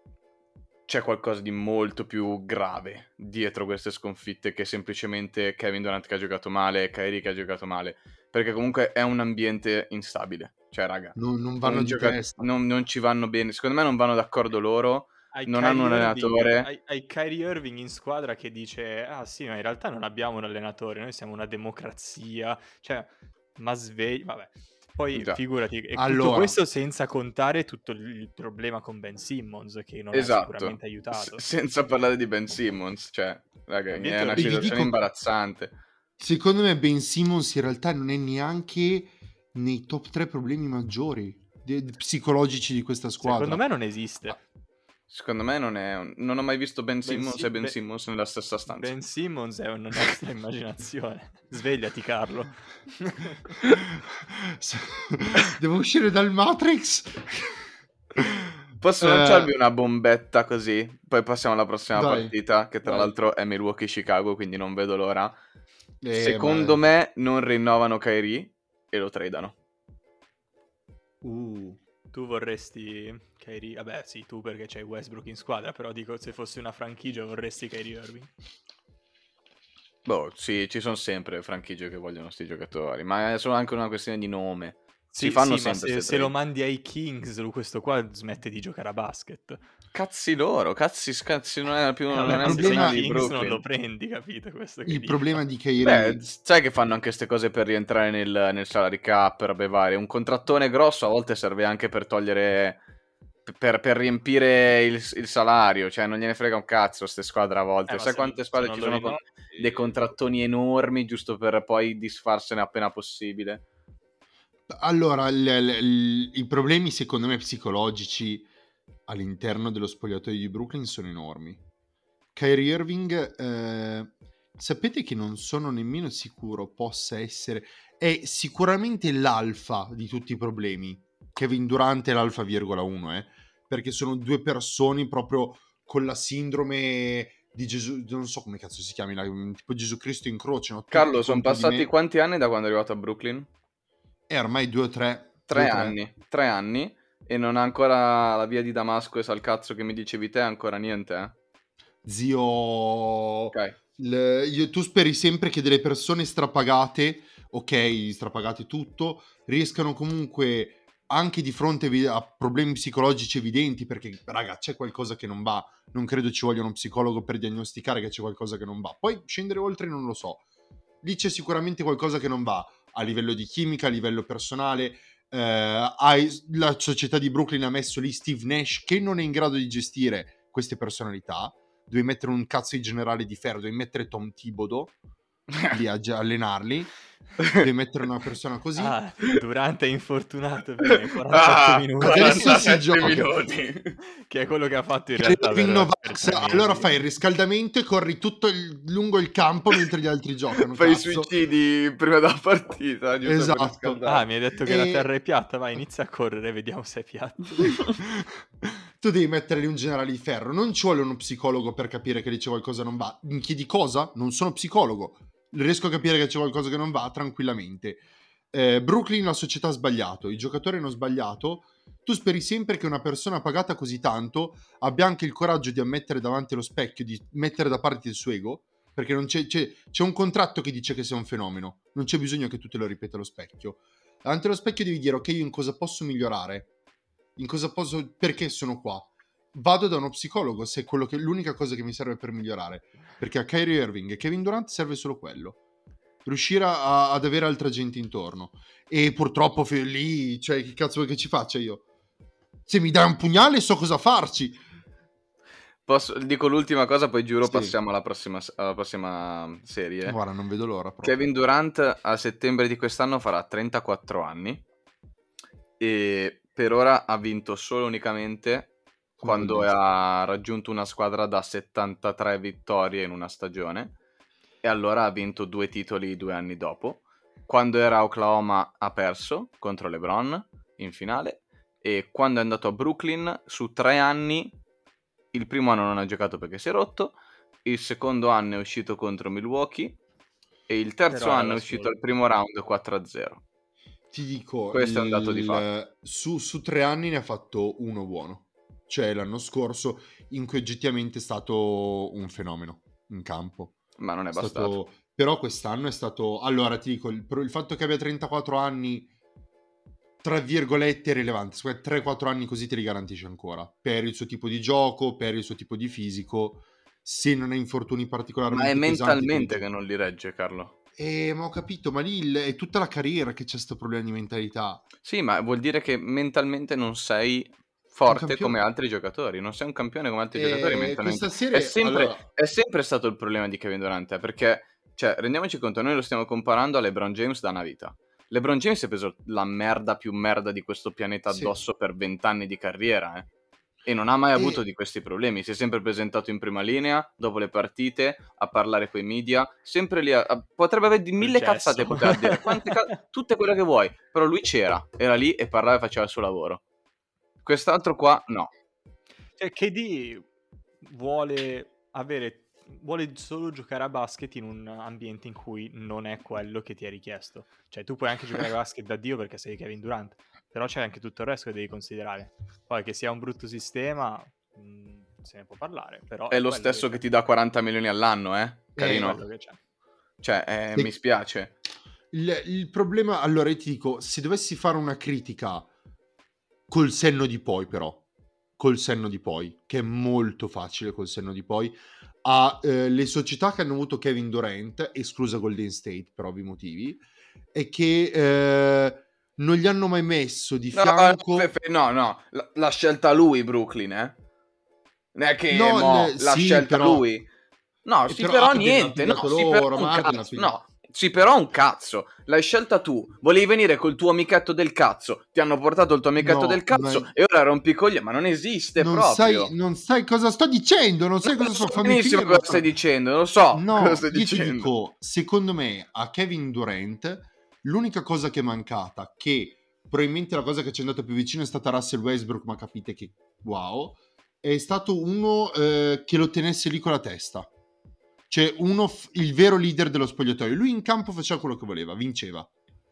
c'è qualcosa di molto più grave dietro queste sconfitte che semplicemente Kevin Durant che ha giocato male e Kyrie che ha giocato male, perché comunque è un ambiente instabile, cioè raga, Non, non vanno un di gioca- testa. non, non ci vanno bene, secondo me non vanno d'accordo loro, Hai non hanno un Kyrie Irving, allenatore. hai, hai Kyrie Irving in squadra che dice ah sì, ma in realtà non abbiamo un allenatore, noi siamo una democrazia, cioè, ma svegli, vabbè. Poi Già. figurati, e tutto Allora. questo senza contare tutto il problema con Ben Simmons che non ha Esatto, sicuramente S- aiutato. senza parlare di Ben Simmons, cioè, raga, L'ambiente è una ormai- E gli situazione dico- imbarazzante. Secondo me Ben Simmons in realtà non è neanche nei top tre problemi maggiori de- de- psicologici di questa squadra. Secondo me non esiste. Secondo me non è un- non ho mai visto Ben Ben Simmons Si- e Ben Be- Simmons nella stessa stanza. Ben Simmons è una nostra immaginazione. Svegliati, Carlo. Devo uscire dal Matrix. Posso Eh, lanciarvi una bombetta così? Poi passiamo alla prossima Vai. partita, che tra Vai. l'altro è Milwaukee-Chicago, quindi non vedo l'ora. Eh, Secondo ma- me non rinnovano Kyrie e lo tradano. Uh. Tu vorresti Kyrie... Vabbè, sì, tu perché c'hai Westbrook in squadra, però dico, se fossi una franchigia vorresti Kyrie Irving. Boh, sì, ci sono sempre franchigie che vogliono sti giocatori, ma è solo anche una questione di nome. Si Sì, fanno sì, ma sempre se, ste se lo trade. mandi ai Kings, lui questo qua smette di giocare a basket. Cazzi loro, cazzi, cazzi, non è più, Eh, non vabbè, è ma un se problema- sei problema di Kings non Brooklyn. lo prendi, capito? Questo che Il dico. problema di Kyrie Beh, sai che fanno anche queste cose per rientrare nel, nel salary cap, robe varie. Un contrattone grosso a volte serve anche per togliere, per, per riempire il, il salario, cioè non gliene frega un cazzo ste squadre a volte. Eh, ma Sai se- quante se squadre non ci lo sono con rinnovi- dei contrattoni enormi giusto per poi disfarsene appena possibile? Allora, l- l- l- i problemi secondo me psicologici all'interno dello spogliatoio di Brooklyn sono enormi. Kyrie Irving, eh, sapete che non sono nemmeno sicuro possa essere... È sicuramente l'alfa di tutti i problemi. Kevin Durant è l'alfa virgola uno, eh, perché sono due persone proprio con la sindrome di Gesù, non so come cazzo si chiami, la- tipo Gesù Cristo in croce. No? Tutti Carlo, sono contro di passati me. quanti anni da quando è arrivato a Brooklyn? È ormai due o tre. Tre due o tre. anni, tre anni, e non ha ancora la via di Damasco al cazzo che mi dicevi te, ancora niente, eh? Zio, Ok. il- io- tu speri sempre che delle persone strapagate, ok, strapagate tutto, riescano comunque anche di fronte vi- a problemi psicologici evidenti, perché raga c'è qualcosa che non va, non credo ci voglia uno psicologo per diagnosticare che c'è qualcosa che non va, poi scendere oltre non lo so, lì c'è sicuramente qualcosa che non va a livello di chimica, a livello personale. Eh, hai- la società di Brooklyn ha messo lì Steve Nash che non è in grado di gestire queste personalità. Devi mettere un cazzo di generale di ferro, devi mettere Tom Thibodeau lì a gi- allenarli, devi mettere una persona così. Ah, Durant è infortunato per quarantotto Ah, minuti. Adesso si quarantasette gioca. minuti. Che è quello che ha fatto in realtà Irving per, Novax, per tre mesi. allora fai il riscaldamento e corri tutto il- lungo il campo mentre gli altri giocano. Fai i cazzo. suicidi prima della partita, giusto Esatto. per riscaldare. Ah, mi hai detto che E- la terra è piatta, vai, inizia a correre, vediamo se è piatta. Tu devi mettere lì un generale di ferro. Non ci vuole uno psicologo per capire che lì c'è qualcosa che non va. Mi chiedi cosa? Non sono psicologo. Riesco a capire che c'è qualcosa che non va tranquillamente. Eh, Brooklyn, la società ha sbagliato, i giocatori hanno sbagliato. Tu speri sempre che una persona pagata così tanto abbia anche il coraggio di ammettere davanti allo specchio, di mettere da parte il suo ego perché non c'è, c'è, c'è un contratto che dice che sei un fenomeno, non c'è bisogno che tu te lo ripeta allo specchio. Davanti allo specchio devi dire: ok, io in cosa posso migliorare, in cosa posso, perché sono qua, vado da uno psicologo se è quello che, l'unica cosa che mi serve per migliorare, perché a Kyrie Irving e Kevin Durant serve solo quello, riuscire a, ad avere altra gente intorno. E purtroppo fe- lì, cioè, che cazzo vuoi che ci faccia io? Se mi dai un pugnale so cosa farci. Posso, dico l'ultima cosa, poi giuro Sì. passiamo alla prossima, alla prossima serie. Guarda, non vedo l'ora proprio. Kevin Durant a settembre di quest'anno farà trentaquattro anni e per ora ha vinto solo unicamente quando ha raggiunto una squadra da settantatré vittorie in una stagione, e allora ha vinto due titoli due anni dopo. Quando era a Oklahoma ha perso contro LeBron in finale, e quando è andato a Brooklyn su tre anni, il primo anno non ha giocato perché si è rotto, il secondo anno è uscito contro Milwaukee e il terzo Però anno era è uscito solo. al primo round quattro a zero. Ti dico, Questo è un dato di il- fatto. Su, su tre anni ne ha fatto uno buono. Cioè l'anno scorso, in cui oggettivamente è stato un fenomeno in campo. Ma non è È stato- bastato. Però quest'anno è stato... Allora, ti dico, il, il fatto che abbia trentaquattro anni, tra virgolette, è rilevante. Secondo me tre quattro anni così te li garantisce ancora. Per il suo tipo di gioco, per il suo tipo di fisico. Se non ha infortuni Ma particolarmente è pesanti... mentalmente come- che non li regge, Carlo. Eh, ma ho capito, ma lì il- è tutta la carriera che c'è questo problema di mentalità. Sì, ma vuol dire che mentalmente non sei forte campione. come altri giocatori. Non sei un campione come altri Eh, giocatori mentalmente. questa serie- È sempre, allora- è sempre stato il problema di Kevin Durant, eh, perché, cioè, rendiamoci conto, noi lo stiamo comparando a LeBron James da una vita. LeBron James si è preso la merda più merda di questo pianeta Sì. addosso per vent'anni di carriera, eh. E non ha mai E- avuto di questi problemi. Si è sempre presentato in prima linea, dopo le partite, a parlare coi media, sempre lì a... a- potrebbe avere di mille gesso. cazzate, poteva dire, quante ca- tutte quelle che vuoi, però lui c'era, era lì e parlava e faceva il suo lavoro. Quest'altro qua, no. Cioè, K D vuole avere vuole solo giocare a basket in un ambiente in cui non è quello che ti è richiesto. Cioè, tu puoi anche giocare a basket da Dio perché sei Kevin Durant, però c'è anche tutto il resto che devi considerare. Poi che sia un brutto sistema, mh, se ne può parlare, però È lo quello stesso c'è. che ti dà quaranta milioni all'anno, eh? È Carino. quello che c'è. Cioè, eh, Sì. mi spiace. Il, il problema, allora io ti dico, se dovessi fare una critica col senno di poi, però, col senno di poi, che è molto facile col senno di poi, a eh, le società che hanno avuto Kevin Durant, esclusa Golden State per ovvi motivi, è che eh, non gli hanno mai messo di No, fianco... fe- fe- no, no, l- l'ha scelta lui Brooklyn, eh? Non è che No, mo, ne- l'ha sì, scelta però- lui. No, Eh, sì, però però, Harden l'ha niente. No, pigliato sì, loro, però un ma Harden l'ha cazzo. pigliato- No, sì, però un cazzo. L'hai scelta tu. Volevi venire col tuo amichetto del cazzo. Ti hanno portato il tuo amichetto No, del cazzo ma- e ora rompi i coglioni. Ma non esiste non proprio. sai, non sai cosa sto dicendo, non sai Non cosa so sto fammi benissimo finire la cosa stai frase. dicendo. Lo so No, cosa stai io ti dicendo. dico, secondo me a Kevin Durant l'unica cosa che è mancata, che probabilmente la cosa che ci è andata più vicino è stata Russell Westbrook, ma capite che wow, è stato uno eh, che lo tenesse lì con la testa. Cioè uno, f- il vero leader dello spogliatoio. Lui in campo faceva quello che voleva, vinceva.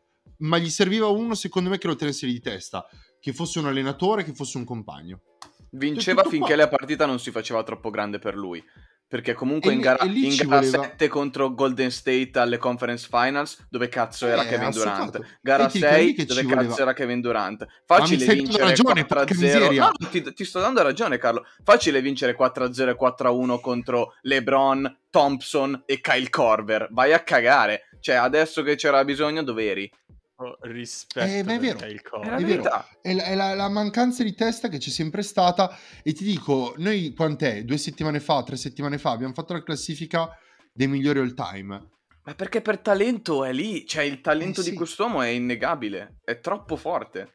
Ma gli serviva uno, secondo me, che lo tenesse lì di testa. Che fosse un allenatore, che fosse un compagno. Vinceva tutto finché qua. la partita non si faceva troppo grande per lui. Perché comunque E in lì- gara, e lì in ci gara voleva- sette contro Golden State alle Conference Finals, dove cazzo era Eh, Kevin ha Durant? succato. Gara E ti dico, è lì sei, che dove ci cazzo voleva- era Kevin Durant? Ma mi Facile stai dando vincere ragione, quattro a porca zero. miseria. No, ti, ti sto dando ragione, Carlo. Facile vincere quattro a zero e quattro a uno contro LeBron, Thompson e Kyle Korver. Vai a cagare. Cioè, adesso che c'era bisogno, dove eri? Oh, rispetto Eh, ma è per vero. Kyle È la Korver. È vero, verità. è, la, è la- la mancanza di testa che c'è sempre stata. E ti dico, noi quant'è? Due settimane fa, tre settimane fa abbiamo fatto la classifica dei migliori all time. Ma perché per talento è lì, cioè il talento Eh, sì. di quest'uomo è innegabile, è troppo forte.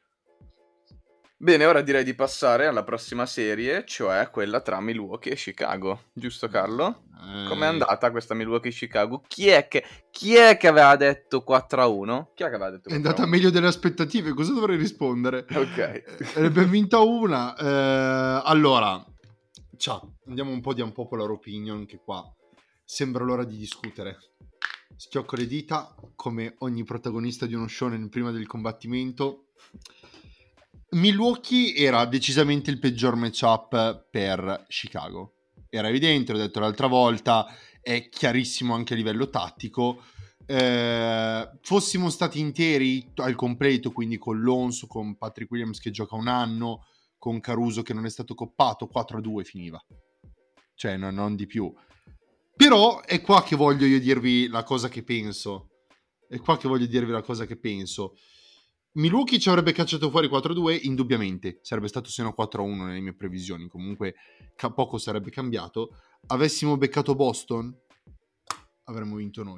Bene, ora direi di passare alla prossima serie, cioè quella tra Milwaukee e Chicago, giusto Carlo? Eh, Com'è andata questa Milwaukee-Chicago? Chi è che, chi è che aveva detto quattro a uno? Chi è che aveva detto È quattro a andata uno? meglio delle aspettative, cosa dovrei rispondere? Ok. Eh, ne abbiamo vinta una. eh, allora, ciao, andiamo un po' di unpopular opinion, che qua sembra l'ora di discutere. Schiocco le dita, come ogni protagonista di uno shonen prima del combattimento. Milwaukee era decisamente il peggior matchup per Chicago. era evidente, l'ho detto l'altra volta, è chiarissimo anche a livello tattico. Eh, fossimo stati interi al completo, quindi con Lonzo, con Patrick Williams che gioca un anno, con Caruso che non è stato coppato, quattro a due finiva, cioè non, non di più. Però è qua che voglio io dirvi la cosa che penso, è qua che voglio dirvi la cosa che penso. Milwaukee ci avrebbe cacciato fuori quattro a due, indubbiamente sarebbe stato se no quattro a uno nelle mie previsioni, comunque ca- poco sarebbe cambiato. Avessimo beccato Boston, avremmo vinto noi.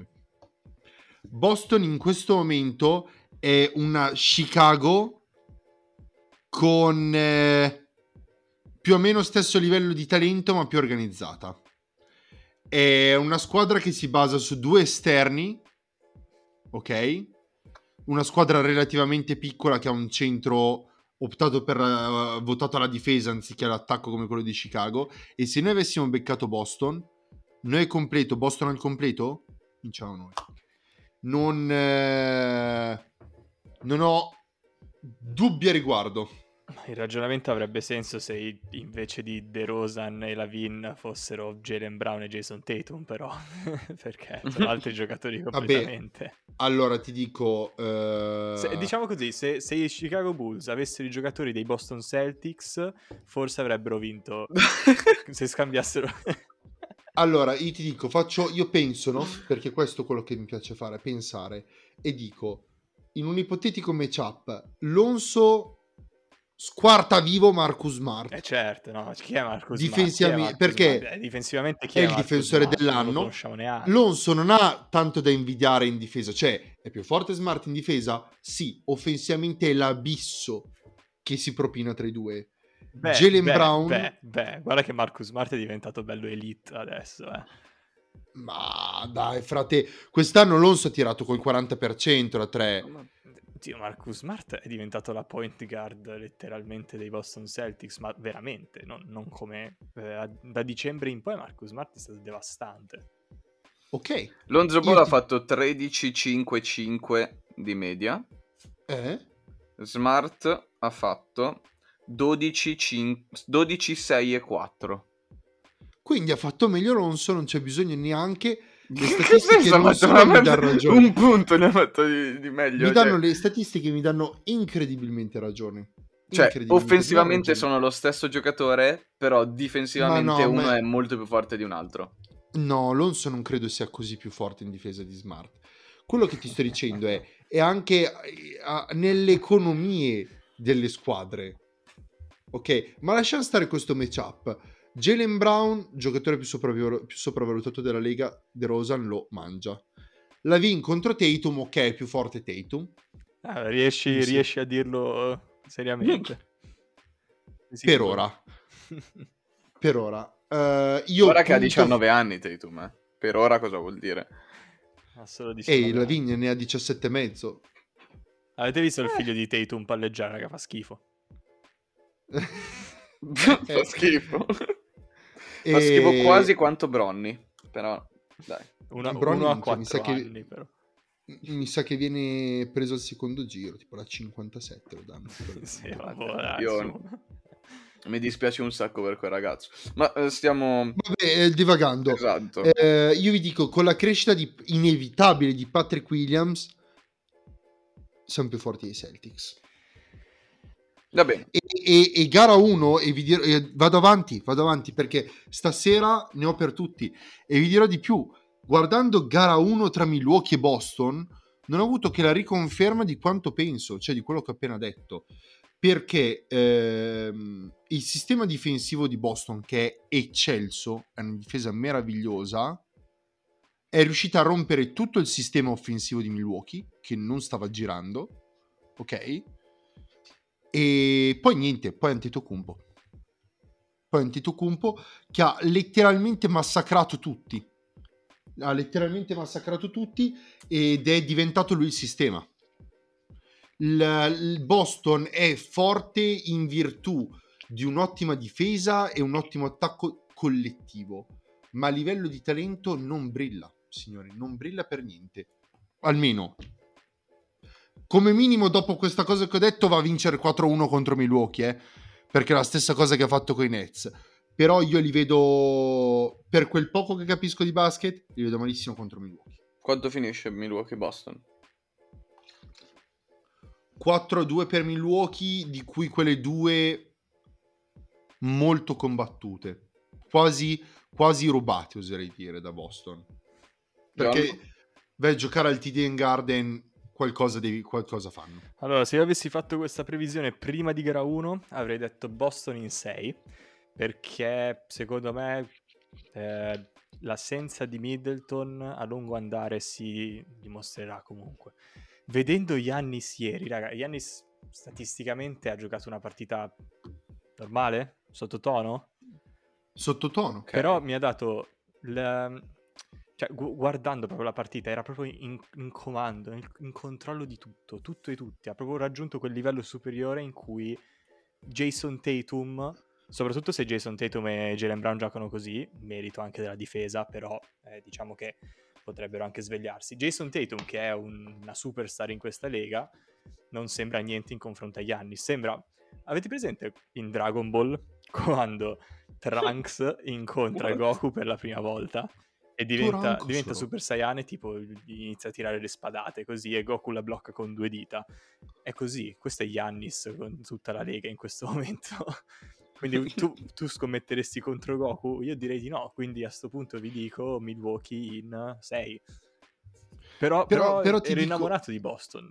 Boston in questo momento è una Chicago con eh, più o meno stesso livello di talento ma più organizzata. È una squadra che si basa su due esterni, ok? Una squadra relativamente piccola che ha un centro optato per uh, votato alla difesa anziché all'attacco come quello di Chicago. E se noi avessimo beccato Boston, noi è completo, Boston al completo, vinciamo noi. Non, eh, non ho dubbi a riguardo. Il ragionamento avrebbe senso se invece di DeRozan e Lavin fossero Jaylen Brown e Jason Tatum, però, perché sono altri giocatori completamente. Vabbè, allora ti dico... Uh... Se, diciamo così, se, se i Chicago Bulls avessero i giocatori dei Boston Celtics, forse avrebbero vinto se scambiassero... Allora, io ti dico, faccio, io penso, no? Perché questo è quello che mi piace fare, pensare. E dico, in un ipotetico matchup, Lonzo squarta vivo Marcus Smart. Eh certo, no, chi è Marcus Difensiami- Smart? Chi è Marcus perché Smart? Eh, difensivamente chi è è il Marcus difensore Smart? dell'anno. Non lo conosciamo neanche. Lonzo non ha tanto da invidiare in difesa, cioè è più forte Smart in difesa? Sì, offensivamente è l'abisso che si propina tra i due. Beh, Jaylen beh, Brown... Beh, beh, guarda che Marcus Smart è diventato bello elite adesso, eh. Ma dai, frate, quest'anno Lonzo ha tirato col quaranta per cento da tre. Zio, Marcus Smart è diventato la point guard letteralmente dei Boston Celtics, ma veramente, non, non come... Eh, da dicembre in poi Marcus Smart è stato devastante. Ok. Lonzo Ball Io ha ti- fatto tredici cinque cinque di media. Eh? Smart ha fatto dodici sei e quattro. Quindi ha fatto meglio Lonzo, non c'è bisogno neanche... Le Che statistiche senso ha non fatto? solo mi Veramente danno ragione. un punto ne ha fatto di, di meglio. Mi danno cioè, le statistiche mi danno incredibilmente ragione. cioè, Incredibilmente, offensivamente mi danno sono lo stesso giocatore, però difensivamente Ma no, uno ma- è molto più forte di un altro. ragione. No, Lonzo non credo sia così più forte in difesa di Smart. Quello che ti sto dicendo è, è anche eh, a- nelle economie delle squadre. Ok, ma lasciamo stare questo matchup. Jaylen Brown, giocatore più, sopravvalu- più sopravvalutato della Lega, DeRozan lo mangia. Lavin contro Tatum, ok, è più forte Tatum. Ah, riesci, Sì. riesci a dirlo eh, seriamente? Sei Per sicuro? ora. Per ora. Eh, io Ora che ha punto- diciannove anni Tatum, eh. Per ora cosa vuol dire? Ha solo Ehi, diciannove anni. Lavin ne ha diciassette e mezzo. Avete visto il figlio di Tatum palleggiare che fa schifo? Fa schifo. E- Fa schifo quasi quanto Bronny. Però, dai. Uno, Bronny uno a minchia, mi quattro sa che- anni però. Mi sa che viene preso al secondo giro, tipo la cinquantasette lo danno. Sì, vabbè, Io- su. Mi dispiace un sacco per quel ragazzo. Ma eh, stiamo... Vabbè, eh, divagando. Esatto. Eh, io vi dico, con la crescita di- inevitabile di Patrick Williams, siamo più forti dei Celtics. Va bene. E, e- e gara uno, e vi dirò, e vado avanti, vado avanti, perché stasera ne ho per tutti. E vi dirò di più, guardando gara uno tra Milwaukee e Boston, non ho avuto che la riconferma di quanto penso, cioè di quello che ho appena detto. Perché ehm, il sistema difensivo di Boston, che è eccelso, è una difesa meravigliosa, è riuscita a rompere tutto il sistema offensivo di Milwaukee, che non stava girando, ok? E poi niente, poi Antetokounmpo. Poi Antetokounmpo che ha letteralmente massacrato tutti. Ha letteralmente massacrato tutti ed è diventato lui il sistema. Il, il Boston è forte in virtù di un'ottima difesa e un ottimo attacco collettivo, ma a livello di talento non brilla, signori, non brilla per niente. Almeno come minimo dopo questa cosa che ho detto va a vincere quattro a uno contro Milwaukee, eh? Perché è la stessa cosa che ha fatto con i Nets. però io li vedo, per quel poco che capisco di basket, li vedo malissimo contro Milwaukee. Quanto finisce Milwaukee-Boston? quattro a due per Milwaukee, di cui quelle due molto combattute, quasi, quasi rubate, oserei dire, da Boston. Perché John? vai a giocare al T D N Garden, qualcosa, devi, qualcosa fanno. Allora, se io avessi fatto questa previsione prima di gara uno, avrei detto Boston in sei, perché secondo me eh, l'assenza di Middleton a lungo andare si dimostrerà comunque. Vedendo Giannis ieri, raga, Giannis statisticamente ha giocato una partita normale, sottotono, Sottotono. Ok. però mi ha dato... la- Cioè, gu- guardando proprio la partita, era proprio in, in comando, in, in controllo di tutto, tutto e tutti. Ha proprio raggiunto quel livello superiore in cui Jason Tatum, soprattutto se Jason Tatum e Jaylen Brown giocano così, merito anche della difesa, però eh, diciamo che potrebbero anche svegliarsi. Jason Tatum, che è un- una superstar in questa lega, non sembra niente in confronto agli anni. Sembra... Avete presente in Dragon Ball quando Trunks incontra What? Goku per la prima volta? E diventa, Turanco diventa solo. Super Saiyan e tipo inizia a tirare le spadate così e Goku la blocca con due dita. È così, questo è Giannis con tutta la Lega in questo momento. Quindi tu, tu scommetteresti contro Goku? Io direi di no, quindi a sto punto vi dico Milwaukee in sei. Però, Però- però, però ti ero dico- innamorato di Boston.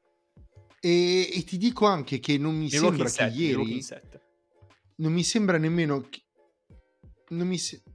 E, e ti dico anche che non mi Milwaukee in sembra che sette, Milwaukee in ieri sette. non mi sembra nemmeno che- non mi se-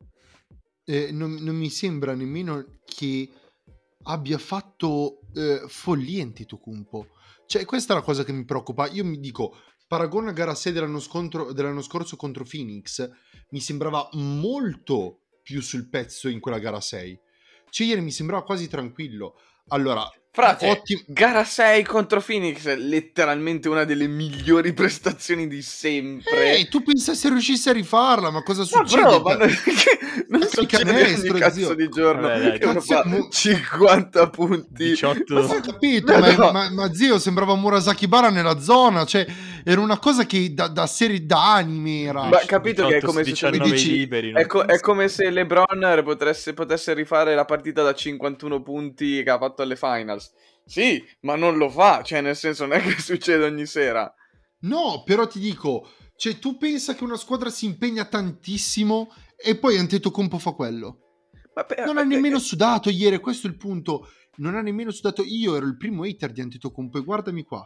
eh, non, non mi sembra nemmeno che abbia fatto eh, follia Antetokounmpo. Cioè, questa è la cosa che mi preoccupa. Io mi dico, paragona a gara sei dell'anno, scontro- dell'anno scorso contro Phoenix, mi sembrava molto più sul pezzo in quella gara sei. Cioè, ieri mi sembrava quasi tranquillo. Allora, Frate, ottimo. gara sei contro Phoenix è letteralmente una delle migliori prestazioni di sempre. Eh, tu pensa se riuscissi a rifarla, ma cosa No, succede? bro, ma non, non Anche il succede canestro, ogni cazzo zio. di giorno Vabbè, dai, che uno cazzo, fa mo- cinquanta punti. diciotto Ma Ho fa- capito, No, ma, no. ma- ma zio, sembrava Murasaki Bara nella zona, cioè era una cosa che da, da serie da anime era. Ma capito che è diciotto come su se tu mi diciannove dici liberi, non è, co- è penso. come se LeBron potesse, potesse rifare la partita da cinquantuno punti che ha fatto alle finals. Sì, ma non lo fa, cioè nel senso non è che succede ogni sera. No, però ti dico, cioè tu pensa che una squadra si impegna tantissimo e poi Antetokounmpo fa quello. Ma per- Non ha perché- nemmeno sudato ieri, questo è il punto. Non ha nemmeno sudato. Io ero il primo hater di Antetokounmpo e guardami qua.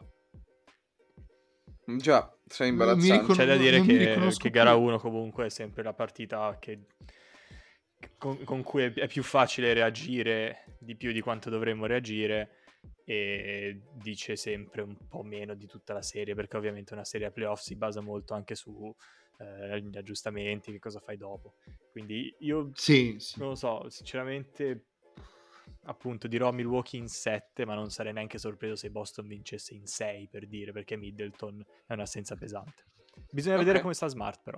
Già, sei Mi imbarazzante. ricon- C'è da dire non mi che, riconosco che gara più. uno comunque è sempre la partita che, con, con cui è, è più facile reagire di più di quanto dovremmo reagire, e dice sempre un po' meno di tutta la serie, perché ovviamente una serie a playoff si basa molto anche su eh, gli aggiustamenti, che cosa fai dopo. Quindi io Sì, sì. non lo so, sinceramente appunto dirò Milwaukee in sette, ma non sarei neanche sorpreso se Boston vincesse in sei, per dire, perché Middleton è un'assenza pesante. Bisogna Ok. vedere come sta Smart, però.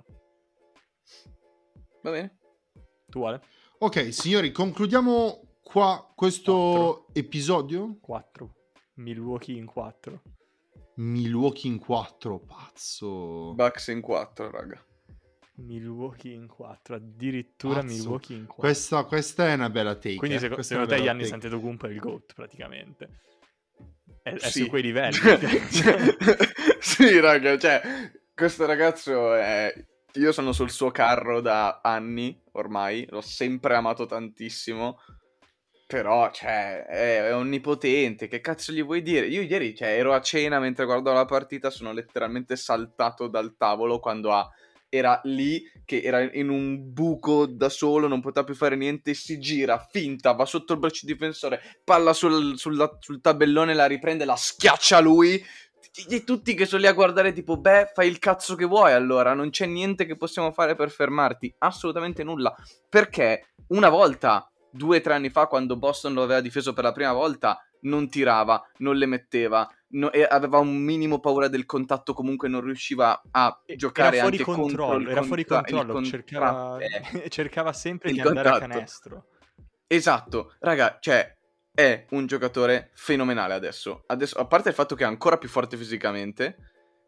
Va bene. Tu, Ale? Ok, signori, concludiamo qua questo episodio. quattro. Milwaukee in quattro. Milwaukee in quattro, pazzo. Bucks in quattro, raga. Milwaukee in quattro, addirittura Pazzo. Milwaukee in quattro. Questa, questa è una bella take. Quindi eh. seco- Questa è secondo una te bella Giannis take. Antetokounmpo è il GOAT, praticamente. È, è Sì. su quei livelli. Cioè, sì, raga, cioè, questo ragazzo è... Io sono sul suo carro da anni, ormai, l'ho sempre amato tantissimo, però, cioè, è, è onnipotente, che cazzo gli vuoi dire? Io ieri, cioè, ero a cena mentre guardavo la partita, sono letteralmente saltato dal tavolo quando ha... era lì, che era in un buco da solo, non poteva più fare niente, si gira, finta, va sotto il braccio difensore, palla sul, sulla- sul tabellone, la riprende, la schiaccia lui, e tutti che sono lì a guardare tipo, beh, fai il cazzo che vuoi allora, non c'è niente che possiamo fare per fermarti, assolutamente nulla, perché una volta, due o tre anni fa, quando Boston lo aveva difeso per la prima volta, non tirava, non le metteva, no- e aveva un minimo paura del contatto, comunque non riusciva a E- giocare era fuori anche contro controllo, il era fuori contra- il controllo, cercava, contra- eh, cercava sempre il di andare a contatto. canestro. Esatto, raga, cioè è un giocatore fenomenale adesso. Adesso, a parte il fatto che è ancora più forte fisicamente,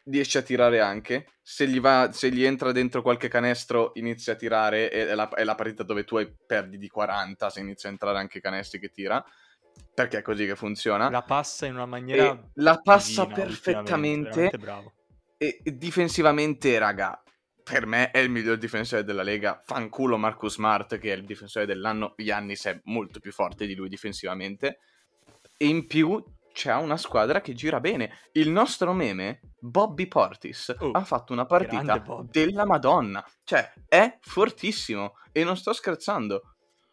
riesce a tirare anche. Se gli, va, se gli entra dentro qualche canestro inizia a tirare, è la, è la partita dove tu hai, perdi di quaranta se inizia a entrare anche canestri che tira, perché è così che funziona. La passa in una maniera E la passa divina, perfettamente, veramente bravo. e difensivamente, raga, per me è il miglior difensore della Lega. Fanculo Marcus Smart, che è il difensore dell'anno. Giannis è molto più forte di lui difensivamente, e in più c'è una squadra che gira bene. Il nostro meme, Bobby Portis, Oh, ha fatto una grande partita Bobby. della Madonna. Cioè, è fortissimo, e non sto scherzando.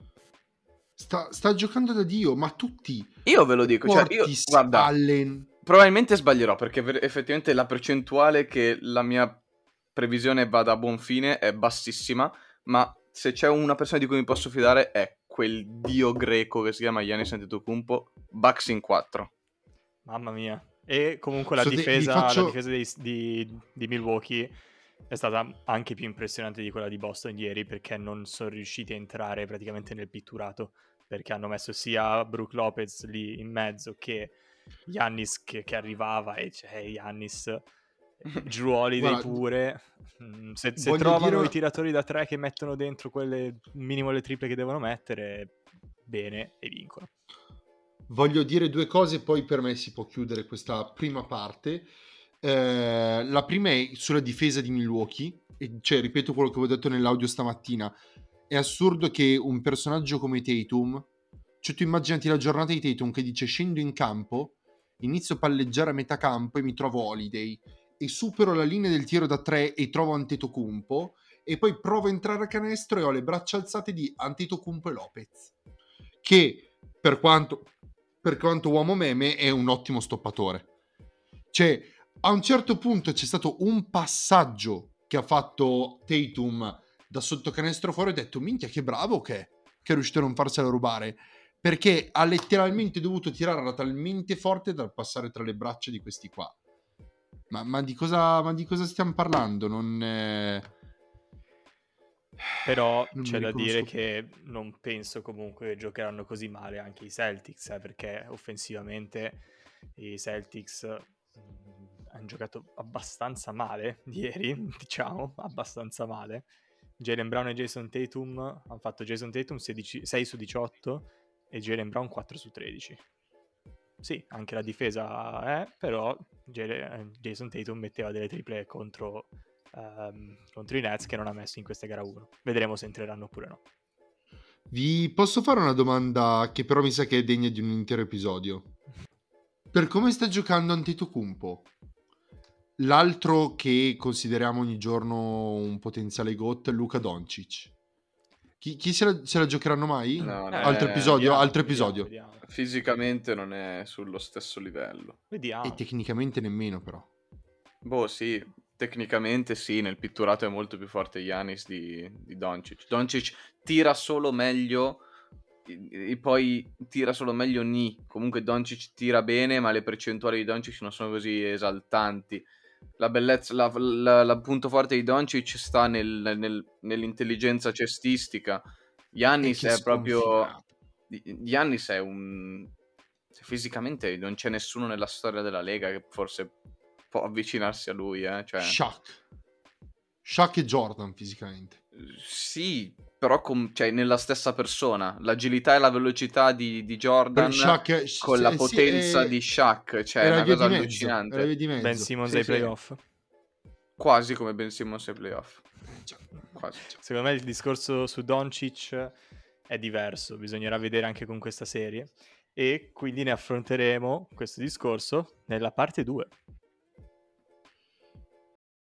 Sta, sta giocando da Dio, ma tutti. Io ve lo dico, cioè, io, Portis, guarda, Allen. probabilmente sbaglierò, perché ver- effettivamente la percentuale che la mia previsione vada a buon fine è bassissima, ma se c'è una persona di cui mi posso fidare è quel dio greco che si chiama Giannis Antetokounmpo. Bucks in quattro. Mamma mia. E comunque la So, de- vi difesa, faccio- la difesa dei- di, di Milwaukee è stata anche più impressionante di quella di Boston ieri, perché non sono riusciti a entrare praticamente nel pitturato, perché hanno messo sia Brook Lopez lì in mezzo che Giannis che, che arrivava, e c'è Giannis, Drew Holiday Guarda, pure. Mm, Se, se voglio trovano dire- i tiratori da tre che mettono dentro quelle un minimo le triple che devono mettere, bene, e vincono. Voglio dire due cose, poi per me si può chiudere questa prima parte. Eh, la prima è sulla difesa di Milwaukee, e cioè ripeto quello che avevo detto nell'audio stamattina. È assurdo che un personaggio come Tatum, cioè tu immaginati la giornata di Tatum che dice scendo in campo, inizio a palleggiare a metà campo e mi trovo Holiday, e supero la linea del tiro da tre e trovo Antetokounmpo, e poi provo a entrare a canestro e ho le braccia alzate di Antetokounmpo e Lopez, che per quanto, per quanto uomo meme è un ottimo stoppatore. Cioè a un certo punto c'è stato un passaggio che ha fatto Tatum da sotto canestro fuori, ho detto minchia che bravo che è, che è riuscito a non farsela rubare, perché ha letteralmente dovuto tirarla talmente forte da passare tra le braccia di questi qua. Ma, ma, di, cosa, ma di cosa stiamo parlando? Non è... Però Non c'è mi da dire riconosco. che non penso comunque che giocheranno così male anche i Celtics, eh, perché offensivamente i Celtics mh, hanno giocato abbastanza male ieri, diciamo, abbastanza male. Jaylen Brown e Jason Tatum hanno fatto Jason Tatum sedici, sei su diciotto e Jaylen Brown quattro su tredici. Sì, anche la difesa è, però Jaylen- Jason Tatum metteva delle triple contro, ehm, contro i Nets che non ha messo in questa gara uno. Vedremo se entreranno oppure no. Vi posso fare una domanda che però mi sa che è degna di un intero episodio. Per come sta giocando Antetokounmpo, l'altro che consideriamo ogni giorno un potenziale GOAT è Luka Doncic. Chi, chi se, la, se la giocheranno mai? No, Eh, altro eh, episodio, vediamo, altro vediamo, episodio. Vediamo, fisicamente non è sullo stesso livello. vediamo. E tecnicamente nemmeno però. Boh, sì, tecnicamente sì, nel pitturato è molto più forte Giannis di, di Doncic. Doncic tira solo meglio, e, e poi tira solo meglio Ni. Comunque Doncic tira bene, ma le percentuali di Doncic non sono così esaltanti. La bellezza, la, la, la punto forte di Doncic sta nel, nel, nell'intelligenza cestistica. Giannis E che è proprio... sconfigurato. Giannis è un... Fisicamente non c'è nessuno nella storia della Lega che forse può avvicinarsi a lui, eh? Cioè, Shaq. Shaq e Jordan fisicamente. sì, però com- cioè, nella stessa persona. L'agilità e la velocità di, di Jordan Shaq, con la sì, potenza è- di Shaq, cioè è era una via cosa di mezzo. Era allucinante. via di mezzo. Ben Simmons Sì, ai sì. playoff. Quasi come Ben Simmons ai playoff. Cioè, Quasi. Secondo me il discorso su Doncic è diverso, bisognerà vedere anche con questa serie, e quindi ne affronteremo questo discorso nella parte due.